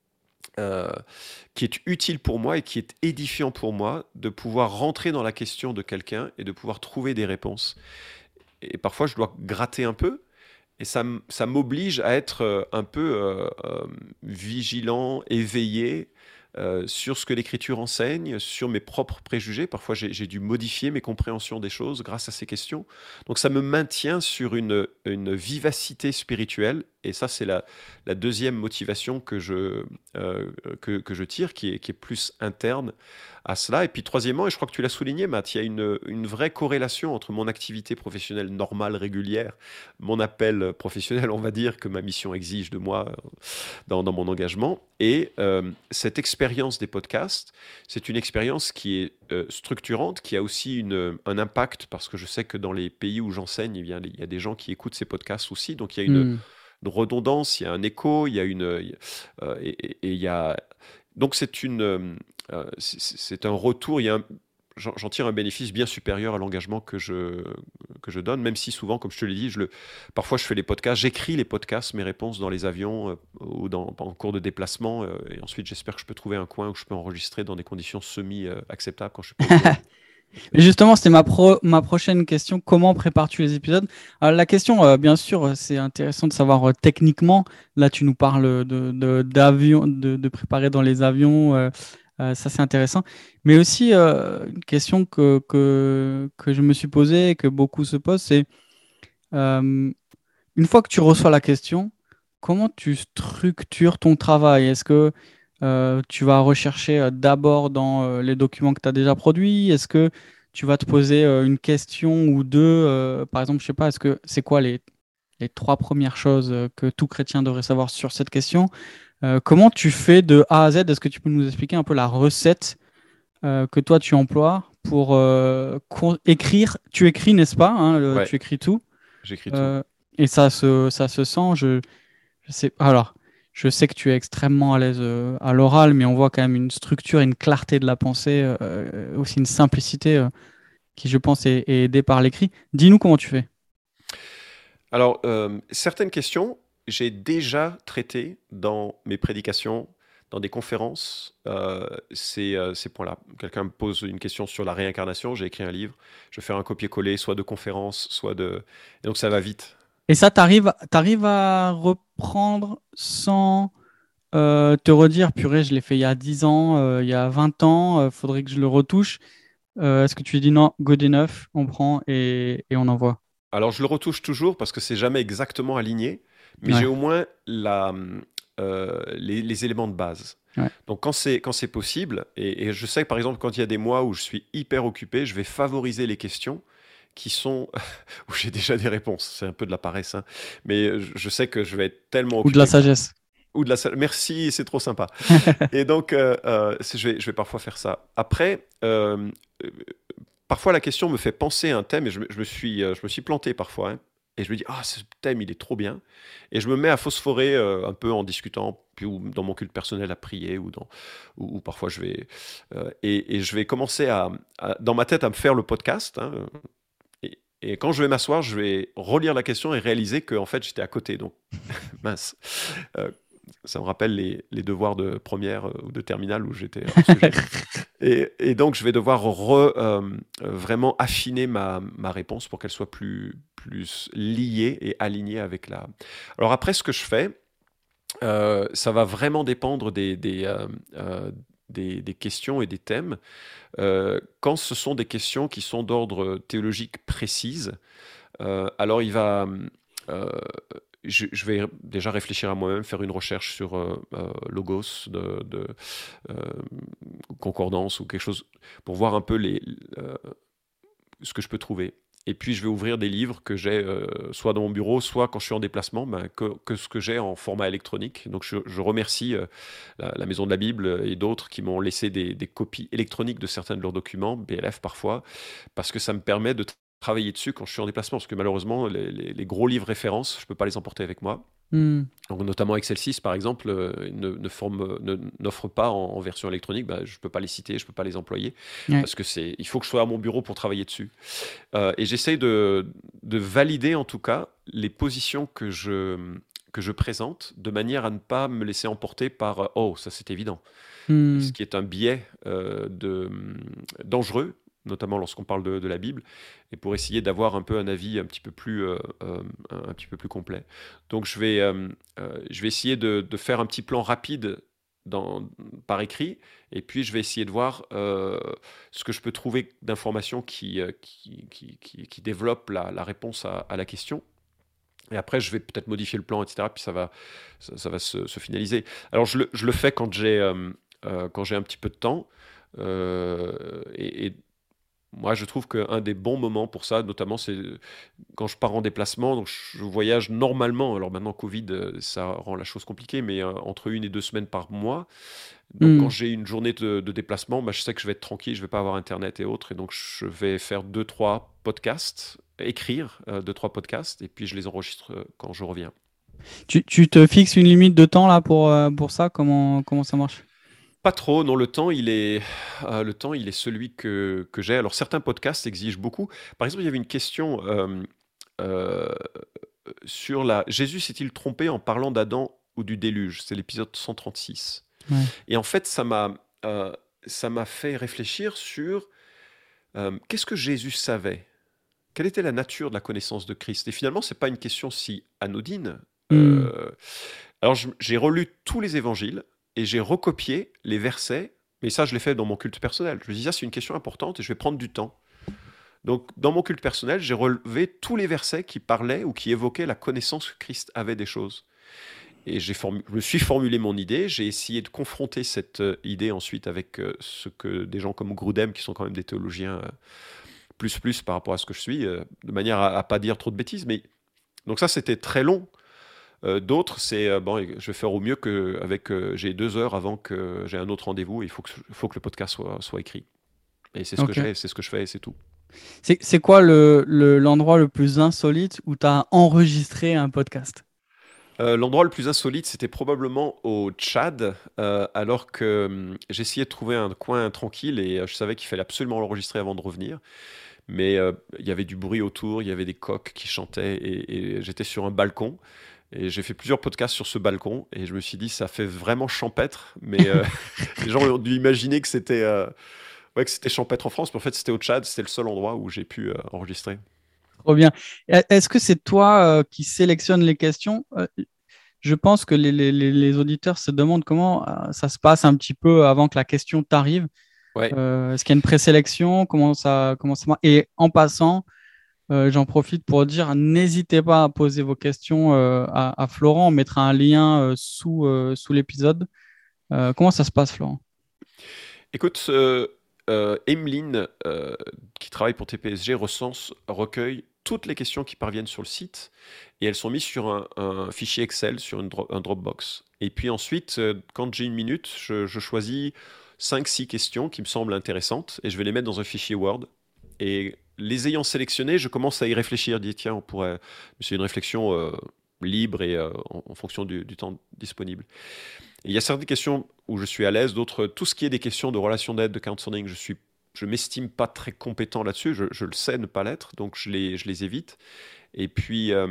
euh, qui est utile pour moi et qui est édifiant pour moi de pouvoir rentrer dans la question de quelqu'un et de pouvoir trouver des réponses. Et parfois, je dois gratter un peu et ça, m- ça m'oblige à être euh, un peu euh, euh, vigilant, éveillé euh, sur ce que l'écriture enseigne, sur mes propres préjugés. Parfois, j'ai j'ai dû modifier mes compréhensions des choses grâce à ces questions. Donc, ça me maintient sur une, une vivacité spirituelle. Et ça, c'est la, la deuxième motivation que je, euh, que, que je tire, qui est, qui est plus interne à cela. Et puis, troisièmement, et je crois que tu l'as souligné, Matt, il y a une, une vraie corrélation entre mon activité professionnelle normale, régulière, mon appel professionnel, on va dire, que ma mission exige de moi euh, dans, dans mon engagement, et euh, cette expérience des podcasts. C'est une expérience qui est euh, structurante, qui a aussi une, un impact, parce que je sais que dans les pays où j'enseigne, eh bien, il y a des gens qui écoutent ces podcasts aussi, donc il y a une Hmm. de redondance, il y a un écho, il y a une, euh, et, et- et il y a, donc c'est une, euh, euh, c'est c'est un retour, il y a un- j'en j'en tire un bénéfice bien supérieur à l'engagement que je, que je donne, même si souvent, comme je te l'ai dit, je le, parfois je fais les podcasts, j'écris les podcasts, mes réponses dans les avions euh, ou dans, en cours de déplacement, euh, et ensuite j'espère que je peux trouver un coin où je peux enregistrer dans des conditions semi-acceptables quand je suis pas au bureau. Mais justement, c'était ma, pro- ma prochaine question. Comment prépares-tu les épisodes? Alors, la question, euh, bien sûr, euh, c'est intéressant de savoir euh, techniquement. Là, tu nous parles de, de, d'avion, de, de préparer dans les avions. Euh, euh, ça, c'est intéressant. Mais aussi, euh, une question que, que, que je me suis posée et que beaucoup se posent, c'est euh, une fois que tu reçois la question, comment tu structures ton travail? Est-ce que euh, tu vas rechercher euh, d'abord dans euh, les documents que tu as déjà produits? Est-ce que tu vas te poser euh, une question ou deux? Euh, par exemple, je sais pas, est-ce que c'est quoi les, les trois premières choses euh, que tout chrétien devrait savoir sur cette question? Euh, comment tu fais de A à Z? Est-ce que tu peux nous expliquer un peu la recette euh, que toi tu emploies pour euh, con- écrire? Tu écris, n'est-ce pas, hein, le- Ouais, tu écris tout. j'écris tout. Euh, et ça se, ça se sent. Je, je sais, alors, je sais que tu es extrêmement à l'aise euh, à l'oral, mais on voit quand même une structure, une clarté de la pensée, euh, euh, aussi une simplicité euh, qui, je pense, est, est aidée par l'écrit. Dis-nous comment tu fais. Alors, euh, certaines questions, j'ai déjà traitées dans mes prédications, dans des conférences. Euh, ces, euh, ces points-là. Quelqu'un me pose une question sur la réincarnation, j'ai écrit un livre, je vais faire un copier-coller, soit de conférences, soit de... Et donc ça va vite. Et ça, t'arrives, t'arrives à reprendre sans euh, te redire, purée, je l'ai fait il y a dix ans, euh, il y a vingt ans, euh, faudrait que je le retouche. Euh, est-ce que tu dis non, good enough, on prend et, et on envoie? Alors je le retouche toujours parce que c'est jamais exactement aligné, mais j'ai Ouais, au moins la, euh, les, les éléments de base. ouais. Donc quand c'est quand c'est possible, et, et je sais que par exemple quand il y a des mois où je suis hyper occupé, je vais favoriser les questions qui sont où j'ai déjà des réponses. C'est un peu de la paresse, hein. Mais je, je sais que je vais être tellement Ou de la occupé. sagesse. Ou de la salle. Merci, c'est trop sympa. Et donc, euh, euh, c'est- je vais, je vais parfois faire ça. Après, euh, euh, parfois la question me fait penser à un thème et je, me je me suis, euh, je me suis planté parfois, hein. Et je me dis, ah, ce thème, il est trop bien. Et je me mets à phosphorer euh, un peu en discutant, puis ou dans mon culte personnel à prier, ou, dans, ou, ou parfois je vais. euh, et, et je vais commencer à, à- dans ma tête, à me faire le podcast, hein. Et, et quand je vais m'asseoir, je vais relire la question et réaliser que en fait, j'étais à côté. Donc, mince. Euh, Ça me rappelle les, les devoirs de première euh, ou de terminale où j'étais hors sujet. Et, et donc, je vais devoir re- euh, euh, vraiment affiner ma, ma réponse pour qu'elle soit plus, plus liée et alignée avec la... Alors après, ce que je fais, euh, ça va vraiment dépendre des, des, euh, euh, des, des questions et des thèmes. Euh, quand ce sont des questions qui sont d'ordre théologique précise, euh, alors il va... euh, je, je vais déjà réfléchir à moi-même, faire une recherche sur euh, euh, logos, de, de, euh, concordance ou quelque chose, pour voir un peu les, euh, ce que je peux trouver. Et puis, je vais ouvrir des livres que j'ai euh, soit dans mon bureau, soit quand je suis en déplacement, ben, que, que ce que j'ai en format électronique. Donc, je, je remercie euh, la, la Maison de la Bible et d'autres qui m'ont laissé des, des copies électroniques de certains de leurs documents, B L F parfois, parce que ça me permet de tra- travailler dessus quand je suis en déplacement. Parce que malheureusement, les, les- les gros livres références, je ne peux pas les emporter avec moi. Hmm. Donc, notamment Excel six, par exemple, euh, ne, ne forme- ne- n'offre pas en, en version électronique. Ben, je ne peux pas les citer, je ne peux pas les employer, Ouais. parce que c'est, il faut que je sois à mon bureau pour travailler dessus. Euh, et j'essaye de, de valider en tout cas les positions que je, que je présente de manière à ne pas me laisser emporter par euh, oh, ça c'est évident. Hmm. Ce qui est un biais euh, de, dangereux, notamment lorsqu'on parle de, de la Bible, et pour essayer d'avoir un peu un avis un petit peu plus, euh, euh, un petit peu plus complet. Donc je vais, euh, euh, je vais essayer de, de faire un petit plan rapide dans, par écrit, et puis je vais essayer de voir euh, ce que je peux trouver d'informations qui, euh, qui, qui, qui, qui développent la, la réponse à, à la question. Et après, je vais peut-être modifier le plan, et cetera. Puis ça va, ça, ça va se, se finaliser. Alors, je le, je le fais quand j'ai euh, euh, quand j'ai un petit peu de temps. Euh, et, et moi, je trouve qu'un des bons moments pour ça, notamment, c'est quand je pars en déplacement. Donc, je voyage normalement. Alors maintenant, Covid, euh, ça rend la chose compliquée, mais euh, entre une et deux semaines par mois. Donc, quand Hmm. j'ai une journée de, de déplacement, bah, je sais que je vais être tranquille, je vais pas avoir Internet et autres. Et donc, je vais faire deux, trois podcasts, écrire euh, deux, trois podcasts, et puis je les enregistre euh, quand je reviens. Tu, tu te fixes une limite de temps là pour, euh, pour ça? Comment, comment ça marche? Pas trop, non, le temps, il est, euh, le temps, il est celui que, que j'ai. Alors, certains podcasts exigent beaucoup. Par exemple, il y avait une question euh, euh, sur la... Jésus s'est-il trompé en parlant d'Adam ou du déluge? C'est l'épisode cent trente-six. Ouais. Et en fait, ça m'a, euh, ça m'a fait réfléchir sur euh, qu'est-ce que Jésus savait? Quelle était la nature de la connaissance de Christ? Et finalement, c'est pas une question si anodine. Hmm. Euh, alors, je- j'ai relu tous les évangiles et j'ai recopié les versets, mais ça, je l'ai fait dans mon culte personnel. Je me dis, ça, c'est une question importante et je vais prendre du temps. Donc, dans mon culte personnel, j'ai relevé tous les versets qui parlaient ou qui évoquaient la connaissance que Christ avait des choses. Et j'ai formu- je me suis formulé mon idée, j'ai essayé de confronter cette euh, idée ensuite avec euh, ce que des gens comme Grudem, qui sont quand même des théologiens euh, plus plus par rapport à ce que je suis, euh, de manière à, à pas dire trop de bêtises. Mais donc ça, c'était très long. Euh, d'autres, c'est euh, bon, je vais faire au mieux que avec euh, j'ai deux heures avant que j'ai un autre rendez-vous. Et il faut que il faut que le podcast soit soit écrit. Et c'est ce que Ok. j'ai, c'est ce que je fais, et c'est tout. C'est, c'est quoi le, le- l'endroit le plus insolite où tu as enregistré un podcast? Euh, l'endroit le plus insolite, c'était probablement au Tchad, euh, alors que hum, j'essayais de trouver un coin tranquille et euh, je savais qu'il fallait absolument l'enregistrer avant de revenir. Mais euh, il y avait du bruit autour, il y avait des coqs qui chantaient et, et j'étais sur un balcon. Et j'ai fait plusieurs podcasts sur ce balcon et je me suis dit, ça fait vraiment champêtre, mais euh, les gens ont dû imaginer que c'était euh, ouais, que c'était champêtre en France, mais en fait c'était au Tchad, c'était le seul endroit où j'ai pu euh, enregistrer. Trop bien. E- Est-ce que c'est toi euh, qui sélectionne les questions? Euh, je pense que les, les- les- les auditeurs se demandent comment euh, ça se passe un petit peu avant que la question t'arrive. Ouais. Euh, est-ce qu'il y a une présélection? Comment ça, comment ça marche? Et en passant, euh, j'en profite pour dire, n'hésitez pas à poser vos questions euh, à, à Florent. On mettra un lien euh, sous, euh, sous l'épisode. Euh, comment ça se passe, Florent? Écoute, euh, euh, Emeline, euh, qui travaille pour T P S G, recense, recueille toutes les questions qui parviennent sur le site et elles sont mises sur un, un fichier Excel, sur une dro- un Dropbox. Et puis ensuite, euh, quand j'ai une minute, je, je choisis cinq six questions qui me semblent intéressantes et je vais les mettre dans un fichier Word. Et les ayant sélectionnées, je commence à y réfléchir. Je dis, tiens, on pourrait. C'est une réflexion euh, libre et euh, en, en fonction du, du temps disponible. Et il y a certaines questions où je suis à l'aise, d'autres, tout ce qui est des questions de relations d'aide, de counseling, je suis, je m'estime pas très compétent là-dessus. Je, je le sais ne pas l'être, donc je les, je les évite. Et puis, euh,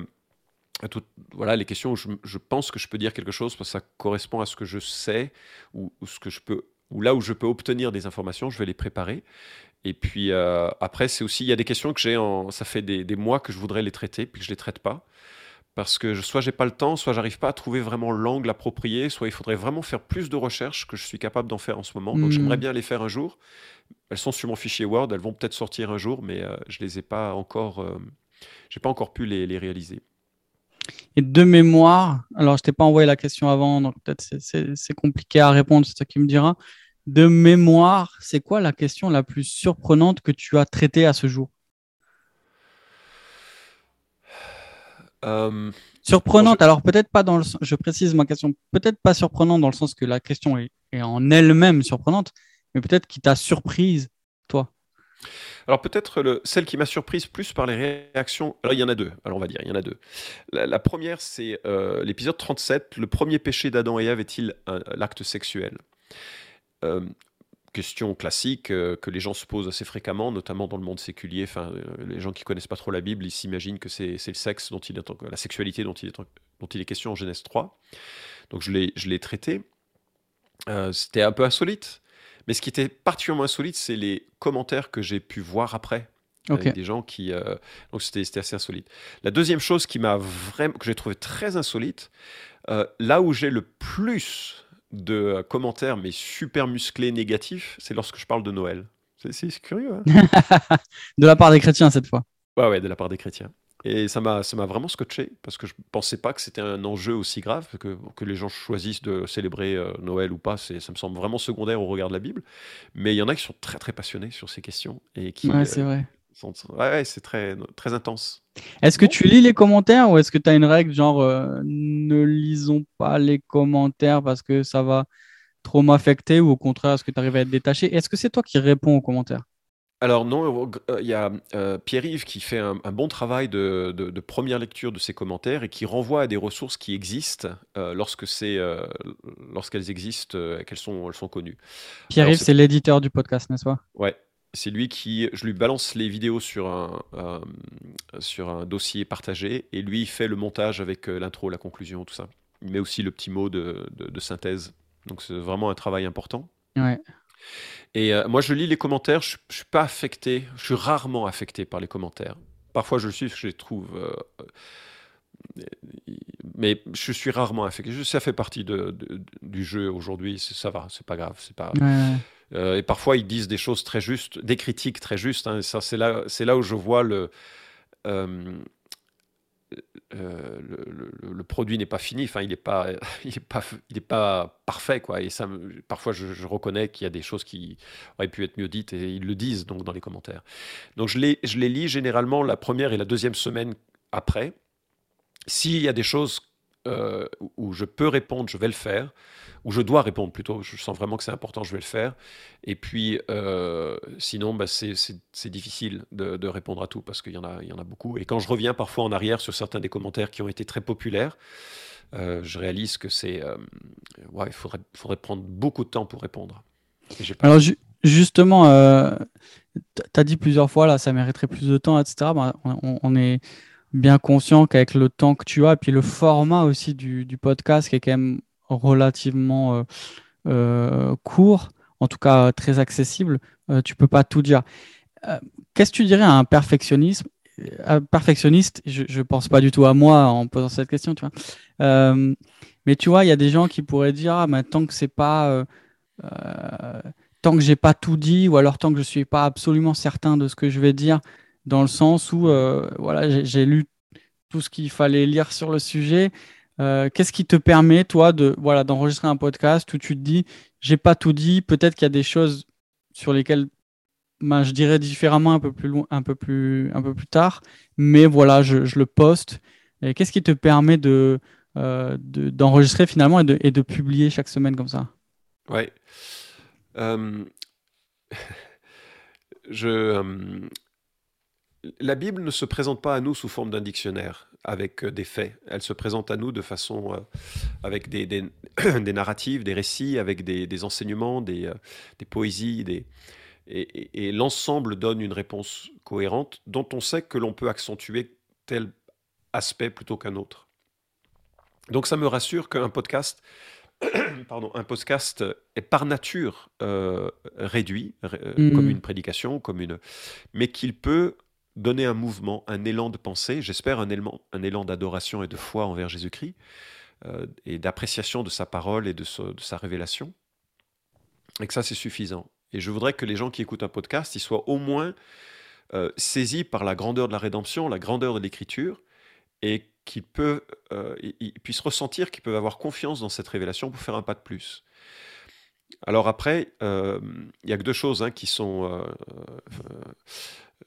à tout- voilà, les questions où je, je pense que je peux dire quelque chose parce que ça correspond à ce que je sais ou, ou ce que je peux, ou là où je peux obtenir des informations, je vais les préparer. Et puis euh, après, c'est aussi, il y a des questions que j'ai, en, ça fait des, des mois que je voudrais les traiter, puis que je les traite pas. Parce que je- soit j'ai pas le temps, soit j'arrive pas à trouver vraiment l'angle approprié, soit il faudrait vraiment faire plus de recherches que je suis capable d'en faire en ce moment. Donc j'aimerais Hmm. bien les faire un jour. Elles sont sur mon fichier Word, elles vont peut-être sortir un jour, mais euh, je les ai pas encore, euh, j'ai pas encore pu les, les réaliser. Et de mémoire, alors je t'ai pas envoyé la question avant, donc peut-être c'est, c'est- c'est compliqué à répondre, c'est toi qui me diras. De mémoire, c'est quoi la question la plus surprenante que tu as traitée à ce jour? Euh, Surprenante, je- alors peut-être pas dans le sens, je précise ma question, peut-être pas surprenante dans le sens que la question est, est en elle-même surprenante, mais peut-être qui t'a surprise, toi. Alors peut-être le- celle qui m'a surprise plus par les réactions. Alors il y en a deux. Alors on va dire, il y en a deux. La, la première, c'est euh, l'épisode trente-sept. Le premier péché d'Adam et Ève est-il un- l'acte sexuel? Euh, Question classique euh, que les gens se posent assez fréquemment, notamment dans le monde séculier. Enfin, euh, les gens qui connaissent pas trop la Bible, ils s'imaginent que c'est c'est le sexe dont il est, en- la sexualité dont il est, en- dont il est question en Genèse trois. Donc je l'ai je l'ai traité. Euh, c'était un peu insolite. Mais ce qui était particulièrement insolite, c'est les commentaires que j'ai pu voir après, Ok. avec des gens qui. euh, Donc c'était c'était assez insolite. La deuxième chose qui m'a vraiment, que j'ai trouvé très insolite, euh, là où j'ai le plus de euh, commentaires, mais super musclés négatifs, c'est lorsque je parle de Noël. C'est c'est curieux, hein? De la part des chrétiens cette fois. Ouais, ouais, de la part des chrétiens. Et ça m'a, ça m'a vraiment scotché, parce que je pensais pas que c'était un enjeu aussi grave, que, que les gens choisissent de célébrer euh, Noël ou pas, c'est, ça me semble vraiment secondaire au regard de la Bible. Mais il y en a qui sont très très passionnés sur ces questions, et qui Ouais, euh, c'est vrai. sont... Ouais, ouais, c'est très, très intense. Est-ce que Non? tu lis les commentaires ou est-ce que tu as une règle genre euh, ne lisons pas les commentaires parce que ça va trop m'affecter ou au contraire, est-ce que tu arrives à être détaché? Est-ce que c'est toi qui réponds aux commentaires? Alors non, euh, il y a euh, Pierre-Yves qui fait un, un bon travail de, de- de première lecture de ces commentaires et qui renvoie à des ressources qui existent euh, lorsque c'est, euh, lorsqu'elles existent, euh, et qu'elles sont, elles sont connues. Alors Pierre-Yves, c'est c'est l'éditeur du podcast, n'est-ce pas? Ouais, c'est lui qui, je lui balance les vidéos sur un, euh, sur un dossier partagé et lui il fait le montage avec euh, l'intro, la conclusion, tout ça. Il met aussi le petit mot de, de- de synthèse. Donc c'est vraiment un travail important. Ouais. Et euh, moi je lis les commentaires, je, je suis pas affecté, je suis rarement affecté par les commentaires. Parfois je le suis, je les trouve, euh, mais je suis rarement affecté. Je- Ça fait partie de- de- du jeu aujourd'hui, c'est- ça va, c'est pas grave, c'est pas. Ouais, ouais. Euh, et parfois, ils disent des choses très justes, des critiques très justes, hein, et ça, c'est là, c'est là où je vois le, euh, euh, le, le- le produit n'est pas fini. Enfin, il n'est pas, il est pas, il est pas parfait, quoi. Et ça, me- parfois, je, je reconnais qu'il y a des choses qui auraient pu être mieux dites, et ils le disent donc dans les commentaires. Donc, je les, je les lis généralement la première et la deuxième semaine après. S'il y a des choses euh, où où je peux répondre, je vais le faire. Où je dois répondre plutôt. Je sens vraiment que c'est important, je vais le faire. Et puis, euh, sinon, bah, c'est c'est- c'est difficile de, de répondre à tout parce qu'il y en a, il y en a beaucoup. Et quand je reviens parfois en arrière sur certains des commentaires qui ont été très populaires, euh, je réalise que c'est, euh, ouais, il faudrait, faudrait prendre beaucoup de temps pour répondre. Et j'ai pas le Alors temps. ju- justement, euh, tu as dit plusieurs fois, là, ça mériterait plus de temps, et cetera. Bah, on, on est bien conscient qu'avec le temps que tu as, et puis le format aussi du, du podcast qui est quand même relativement euh, euh, court, en tout cas euh, très accessible, euh, tu peux pas tout dire. Euh, Qu'est-ce que tu dirais à un perfectionnisme, un perfectionniste? Je ne pense pas du tout à moi en posant cette question, tu vois. Euh, mais tu vois, il y a des gens qui pourraient dire, ah, mais tant que c'est pas, euh, euh, tant que j'ai pas tout dit, ou alors tant que je suis pas absolument certain de ce que je vais dire, dans le sens où, euh, voilà, j'ai j'ai lu tout ce qu'il fallait lire sur le sujet. Euh, qu'est-ce qui te permet, toi, de, voilà, d'enregistrer un podcast où tu te dis, j'ai pas tout dit, peut-être qu'il y a des choses sur lesquelles ben, je dirais différemment un peu plus loin, un peu plus, un peu plus tard, mais voilà, je, je le poste. Et qu'est-ce qui te permet de, euh, de- d'enregistrer finalement et de, et de publier chaque semaine comme ça? Ouais. Euh, je, euh, la Bible ne se présente pas à nous sous forme d'un dictionnaire avec euh, des faits. Elle se présente à nous de façon, euh, avec des, des, des narratives, des récits, avec des, des enseignements, des, euh, des poésies, des, et, et- et l'ensemble donne une réponse cohérente dont on sait que l'on peut accentuer tel aspect plutôt qu'un autre. Donc ça me rassure qu'un podcast, pardon, un podcast est par nature euh, réduit, ré- euh, comme Hmm. une prédication, comme une, mais qu'il peut donner un mouvement, un élan de pensée, j'espère un élan, un élan d'adoration et de foi envers Jésus-Christ, euh, et d'appréciation de sa parole et de, ce- de sa révélation, et que ça c'est suffisant. Et je voudrais que les gens qui écoutent un podcast, ils soient au moins euh, saisis par la grandeur de la rédemption, la grandeur de l'écriture, et qu'ils peuvent, euh, ils- ils puissent ressentir qu'ils peuvent avoir confiance dans cette révélation pour faire un pas de plus. Alors après, euh, il y a que deux choses hein, qui sont, euh, euh,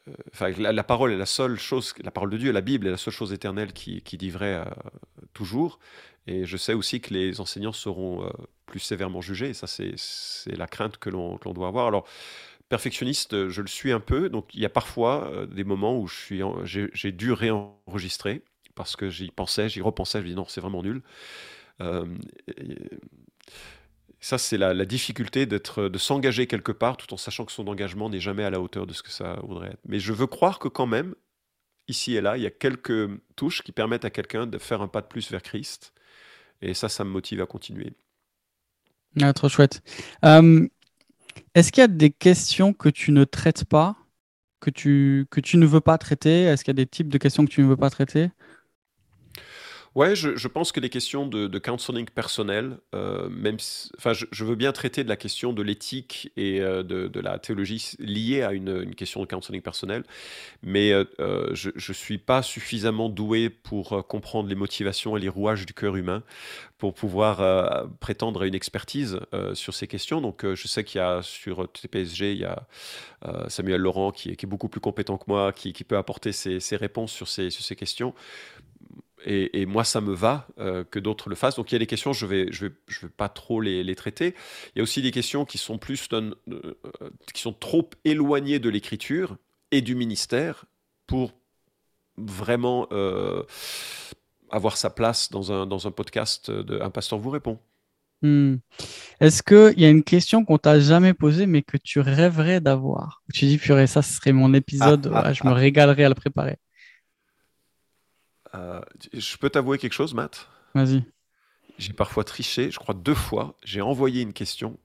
enfin, la, la parole est la seule chose, la parole de Dieu, la Bible est la seule chose éternelle qui, qui dit vrai euh, toujours. Et je sais aussi que les enseignants seront euh, plus sévèrement jugés. Et ça, c'est, c'est la crainte que l'on, que l'on doit avoir. Alors, perfectionniste, je le suis un peu. Donc, il y a parfois euh, des moments où je suis en- j'ai, j'ai dû réenregistrer parce que j'y pensais, j'y repensais. Je me dis non, c'est vraiment nul. Euh, et- Ça, c'est la, la difficulté d'être, de s'engager quelque part tout en sachant que son engagement n'est jamais à la hauteur de ce que ça voudrait être. Mais je veux croire que quand même, ici et là, il y a quelques touches qui permettent à quelqu'un de faire un pas de plus vers Christ. Et ça, ça me motive à continuer. Ah, trop chouette. Euh, est-ce qu'il y a des questions que tu ne traites pas, que tu, que tu ne veux pas traiter? Est-ce qu'il y a des types de questions que tu ne veux pas traiter? Ouais, je, je pense que les questions de, de counseling personnel, euh, même si- enfin, je, je veux bien traiter de la question de l'éthique et euh, de, de la théologie s- liée à une, une question de counseling personnel, mais euh, euh, je ne suis pas suffisamment doué pour euh, comprendre les motivations et les rouages du cœur humain pour pouvoir euh, prétendre à une expertise euh, sur ces questions. Donc, euh, je sais qu'il y a sur T P S G, il y a euh, Samuel Laurent qui est, qui est beaucoup plus compétent que moi, qui, qui peut apporter ses, ses réponses sur ces, sur ces questions. Et, et moi, ça me va euh, que d'autres le fassent. Donc, il y a des questions, je vais, je vais, je vais pas trop les, les traiter. Il y a aussi des questions qui sont plus, d'un- euh, qui sont trop éloignées de l'écriture et du ministère pour vraiment euh, avoir sa place dans un, dans un podcast de Un pasteur vous répond. Hmm. Est-ce qu'il y a une question qu'on t'a jamais posée, mais que tu rêverais d'avoir? Tu dis, purée, ça, ce serait mon Ah, épisode, ah, ouais, je me ah. régalerais à le préparer. Euh, je peux t'avouer quelque chose, Matt? Vas-y. J'ai parfois triché, je crois deux fois. J'ai envoyé une question,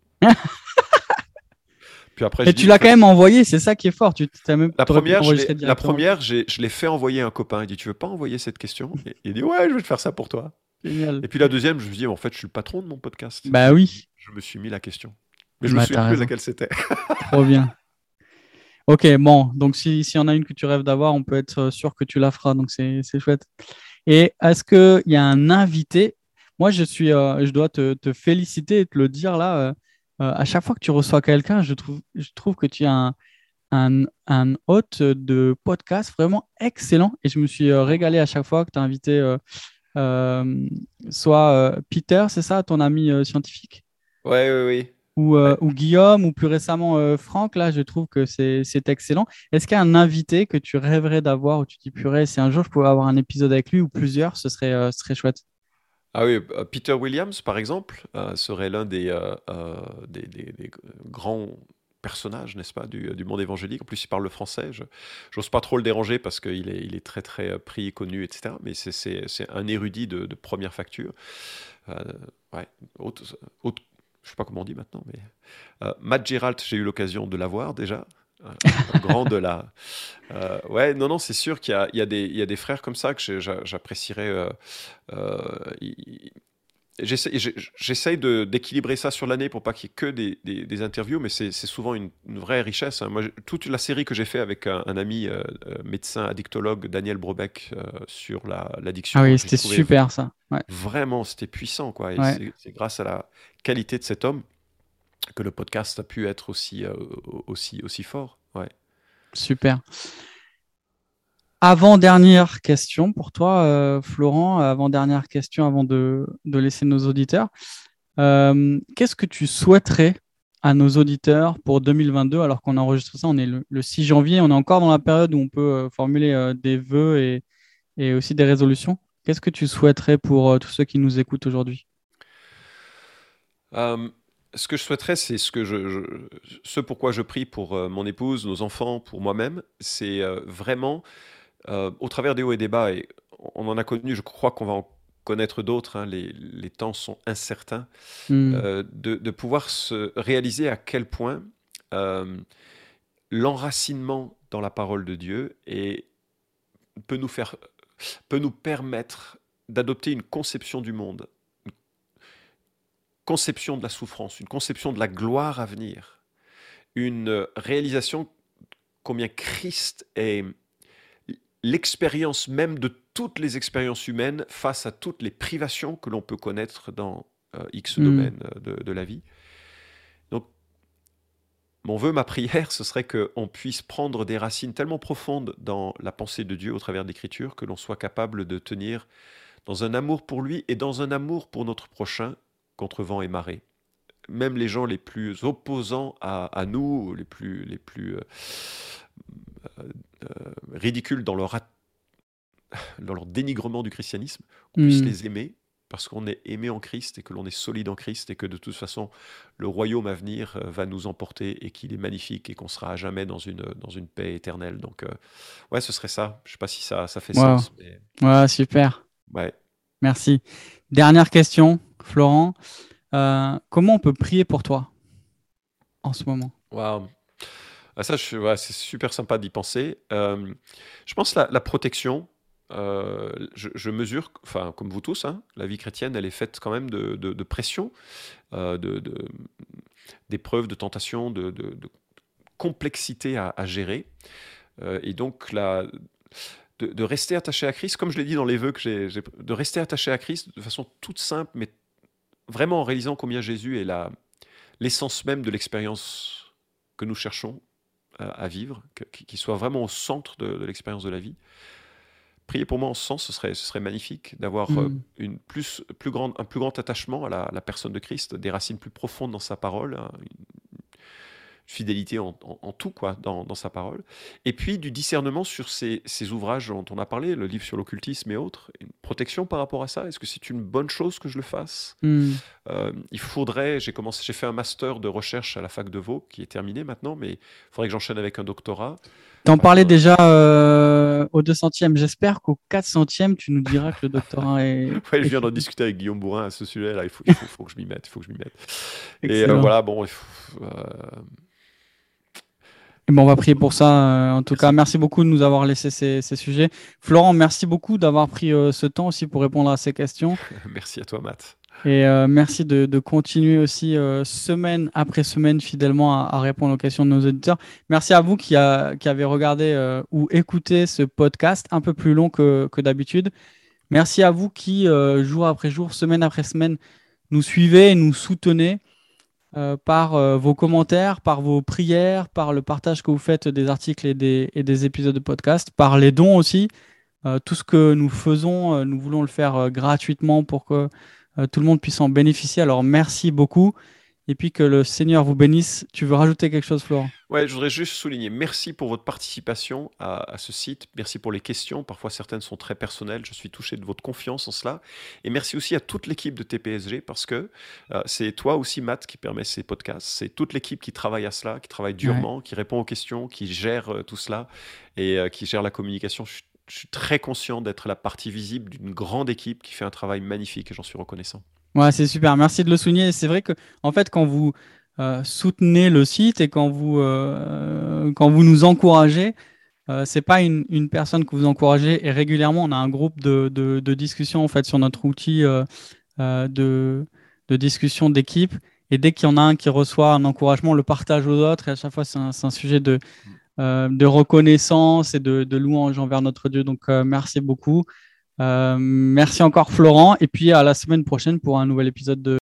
puis après Et j'ai dit, tu en l'as quand fait, même envoyé, c'est ça qui est fort. Tu t'as même, La t'aurais pu première, je l'ai, l'enregistrer la directement. première, j'ai, je l'ai fait envoyer à un copain. Il dit, tu veux pas envoyer cette question? Et il dit, ouais, je vais te faire ça pour toi. Génial. Et puis la deuxième, je me suis dit, en fait, je suis le patron de mon podcast. Bah Et oui, je me suis mis la question. Mais je me bah souviens t'as plus raison. laquelle c'était. Trop bien. Ok, bon, donc si, s'il y en a une que tu rêves d'avoir, on peut être sûr que tu la feras, donc c'est, c'est chouette. Et est-ce qu'il y a un invité? Moi, je suis, euh, je dois te, te féliciter et te le dire là. euh, euh, à chaque fois que tu reçois quelqu'un, je trouve, je trouve que tu es un, un, un hôte de podcast vraiment excellent. Et je me suis euh, régalé à chaque fois que tu as invité euh, euh, soit euh, Peter, c'est ça, ton ami euh, scientifique, Ouais, ouais, ouais. ou, euh, Ouais. ou Guillaume, ou plus récemment euh, Franck. Là, je trouve que c'est, c'est excellent. Est-ce qu'il y a un invité que tu rêverais d'avoir où tu te dis, purée, si un jour je pouvais avoir un épisode avec lui ou plusieurs, ce serait, euh, ce serait chouette. Ah oui, euh, Peter Williams, par exemple, euh, serait l'un des, euh, euh, des, des- des grands personnages, n'est-ce pas, du, du monde évangélique. En plus, il parle le français. Je n'ose pas trop le déranger parce qu'il est, il est très, très euh, pris, connu, et cetera. Mais c'est c'est- c'est un érudit de, de première facture. Euh, ouais, haute, haute- je sais pas comment on dit maintenant, mais euh, Matt Geralt, j'ai eu l'occasion de l'avoir déjà. Un, un grand de la. Euh, ouais, non, non, c'est sûr qu'il y a, il y a des, il y a des frères comme ça que j'ai- j'a- j'apprécierais. euh, euh, il- J'essaie j'ai- j'essaye de- d'équilibrer ça sur l'année pour pas qu'il y ait que des, des- des interviews, mais c'est c'est souvent une, une vraie richesse, hein. Moi, j'ai- toute la série que j'ai fait avec un, un ami euh, euh, médecin addictologue, Daniel Brobeck, euh, sur la- Ah l'addiction, oui, j'ai c'était trouvé super ça. Ouais, vraiment, c'était puissant, quoi. Et ouais, c'est c'est grâce à la qualité de cet homme que le podcast a pu être aussi, euh, aussi, aussi fort. Ouais. super. Avant-dernière question pour toi, euh, Florent, avant-dernière question avant de, de laisser nos auditeurs. Euh, qu'est-ce que tu souhaiterais à nos auditeurs pour deux mille vingt-deux, alors qu'on enregistre ça, on est le, le six janvier, on est encore dans la période où on peut euh, formuler euh, des vœux et, et aussi des résolutions. Qu'est-ce que tu souhaiterais pour euh, tous ceux qui nous écoutent aujourd'hui? Euh, Ce que je souhaiterais, c'est ce que je, je- ce pourquoi je prie pour euh, mon épouse, nos enfants, pour moi-même, c'est euh, vraiment euh, au travers des hauts et des bas, et on en a connu, je crois qu'on va en connaître d'autres, hein, les, les temps sont incertains, Hmm, euh, de, de pouvoir se réaliser à quel point euh, l'enracinement dans la parole de Dieu et peut nous faire, peut nous permettre d'adopter une conception du monde, une conception de la souffrance, une conception de la gloire à venir, une réalisation combien Christ est l'expérience même de toutes les expériences humaines face à toutes les privations que l'on peut connaître dans euh, X hmm, domaine euh, de, de la vie. Donc, mon vœu, ma prière, ce serait qu'on puisse prendre des racines tellement profondes dans la pensée de Dieu au travers de l'Écriture que l'on soit capable de tenir dans un amour pour lui et dans un amour pour notre prochain contre vent et marée. Même les gens les plus opposants à, à nous, les plus, les plus euh, euh, euh, ridicules dans leur, dans leur dénigrement du christianisme, qu'on puisse Mm. les aimer parce qu'on est aimé en Christ et que l'on est solide en Christ et que de toute façon, le royaume à venir euh, va nous emporter et qu'il est magnifique et qu'on sera à jamais dans une, dans une paix éternelle. Donc, euh, ouais, ce serait ça. Je ne sais pas si ça, ça fait Wow. sens. Mais... Ouais, super. Ouais. Merci. Dernière question, Florent. Euh, comment on peut prier pour toi en ce moment? Waouh. Ah, ça, je- ouais, c'est super sympa d'y penser. Euh, je pense la, la protection. euh, je, je mesure, enfin, comme vous tous, hein, la vie chrétienne, elle est faite quand même de, de, de pression, euh, de, de- d'épreuves, de tentations, de, de- de complexité à, à gérer. Euh, et donc, la, de, de rester attaché à Christ, comme je l'ai dit dans les vœux que j'ai, j'ai- de rester attaché à Christ de façon toute simple, mais vraiment en réalisant combien Jésus est la, l'essence même de l'expérience que nous cherchons à, à vivre, que- qu'il soit vraiment au centre de, de l'expérience de la vie. Prier pour moi en ce sens, ce serait, ce serait magnifique d'avoir euh, Mm. une plus, plus grande, un plus grand attachement à la, la personne de Christ, des racines plus profondes dans sa parole, hein, une fidélité en, en- en tout, quoi, dans, dans sa parole. Et puis du discernement sur ces, ces ouvrages dont on a parlé, le livre sur l'occultisme et autres, une protection par rapport à ça. Est-ce que c'est une bonne chose que je le fasse? Mm. Euh, il faudrait, j'ai commencé, j'ai fait un master de recherche à la fac de Vaud, qui est terminé maintenant, mais il faudrait que j'enchaîne avec un doctorat. T'en parlais Euh, déjà euh, au deux centième. J'espère qu'au quatre centième, tu nous diras que le doctorat est, Ouais, je est viens d'en fini. discuter avec Guillaume Bourrin à ce sujet-là. Il faut, il faut, faut que je m'y mette. Il faut que je m'y mette. Et euh, Excellent. voilà, bon, il faut, euh, Et bon, on va prier pour ça. euh, en tout merci. cas, merci beaucoup de nous avoir laissé ces, ces sujets. Florent, merci beaucoup d'avoir pris euh, ce temps aussi pour répondre à ces questions. Merci à toi, Matt. Et euh, merci de, de continuer aussi euh, semaine après semaine fidèlement à, à répondre aux questions de nos auditeurs. Merci à vous qui, a, qui avez regardé euh, ou écouté ce podcast un peu plus long que, que d'habitude. Merci à vous qui, euh, jour après jour, semaine après semaine, nous suivez et nous soutenez euh, par euh, vos commentaires, par vos prières, par le partage que vous faites des articles et des, et des épisodes de podcast, par les dons aussi. Euh, tout ce que nous faisons, euh, nous voulons le faire euh, gratuitement pour que euh, tout le monde puisse en bénéficier. Alors, merci beaucoup. Et puis que le Seigneur vous bénisse. Tu veux rajouter quelque chose, Florent? Ouais, je voudrais juste souligner, merci pour votre participation à, à ce site, merci pour les questions, parfois certaines sont très personnelles, je suis touché de votre confiance en cela, et merci aussi à toute l'équipe de T P S G, parce que euh, c'est toi aussi, Matt, qui permet ces podcasts, c'est toute l'équipe qui travaille à cela, qui travaille durement, ouais. qui répond aux questions, qui gère euh, tout cela, et euh, qui gère la communication. Je suis, je suis très conscient d'être la partie visible d'une grande équipe qui fait un travail magnifique, et j'en suis reconnaissant. Ouais, c'est super, merci de le souligner. C'est vrai que, en fait, quand vous Euh, soutenez le site et quand vous, euh, quand vous nous encouragez, euh, c'est pas une, une personne que vous encouragez et régulièrement on a un groupe de, de, de discussion en fait sur notre outil euh, euh, de, de discussion d'équipe et dès qu'il y en a un qui reçoit un encouragement, on le partage aux autres et à chaque fois c'est un, c'est un sujet de, euh, de reconnaissance et de, de louange envers notre Dieu. Donc euh, merci beaucoup. Euh, merci encore Florent et puis à la semaine prochaine pour un nouvel épisode de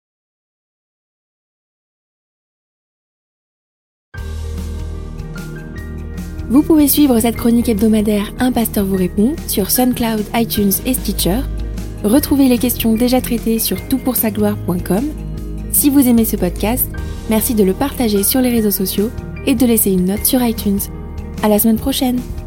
Vous pouvez suivre cette chronique hebdomadaire Un pasteur vous répond sur SoundCloud, iTunes et Stitcher. Retrouvez les questions déjà traitées sur tout pour sa gloire point com. Si vous aimez ce podcast, merci de le partager sur les réseaux sociaux et de laisser une note sur iTunes. À la semaine prochaine!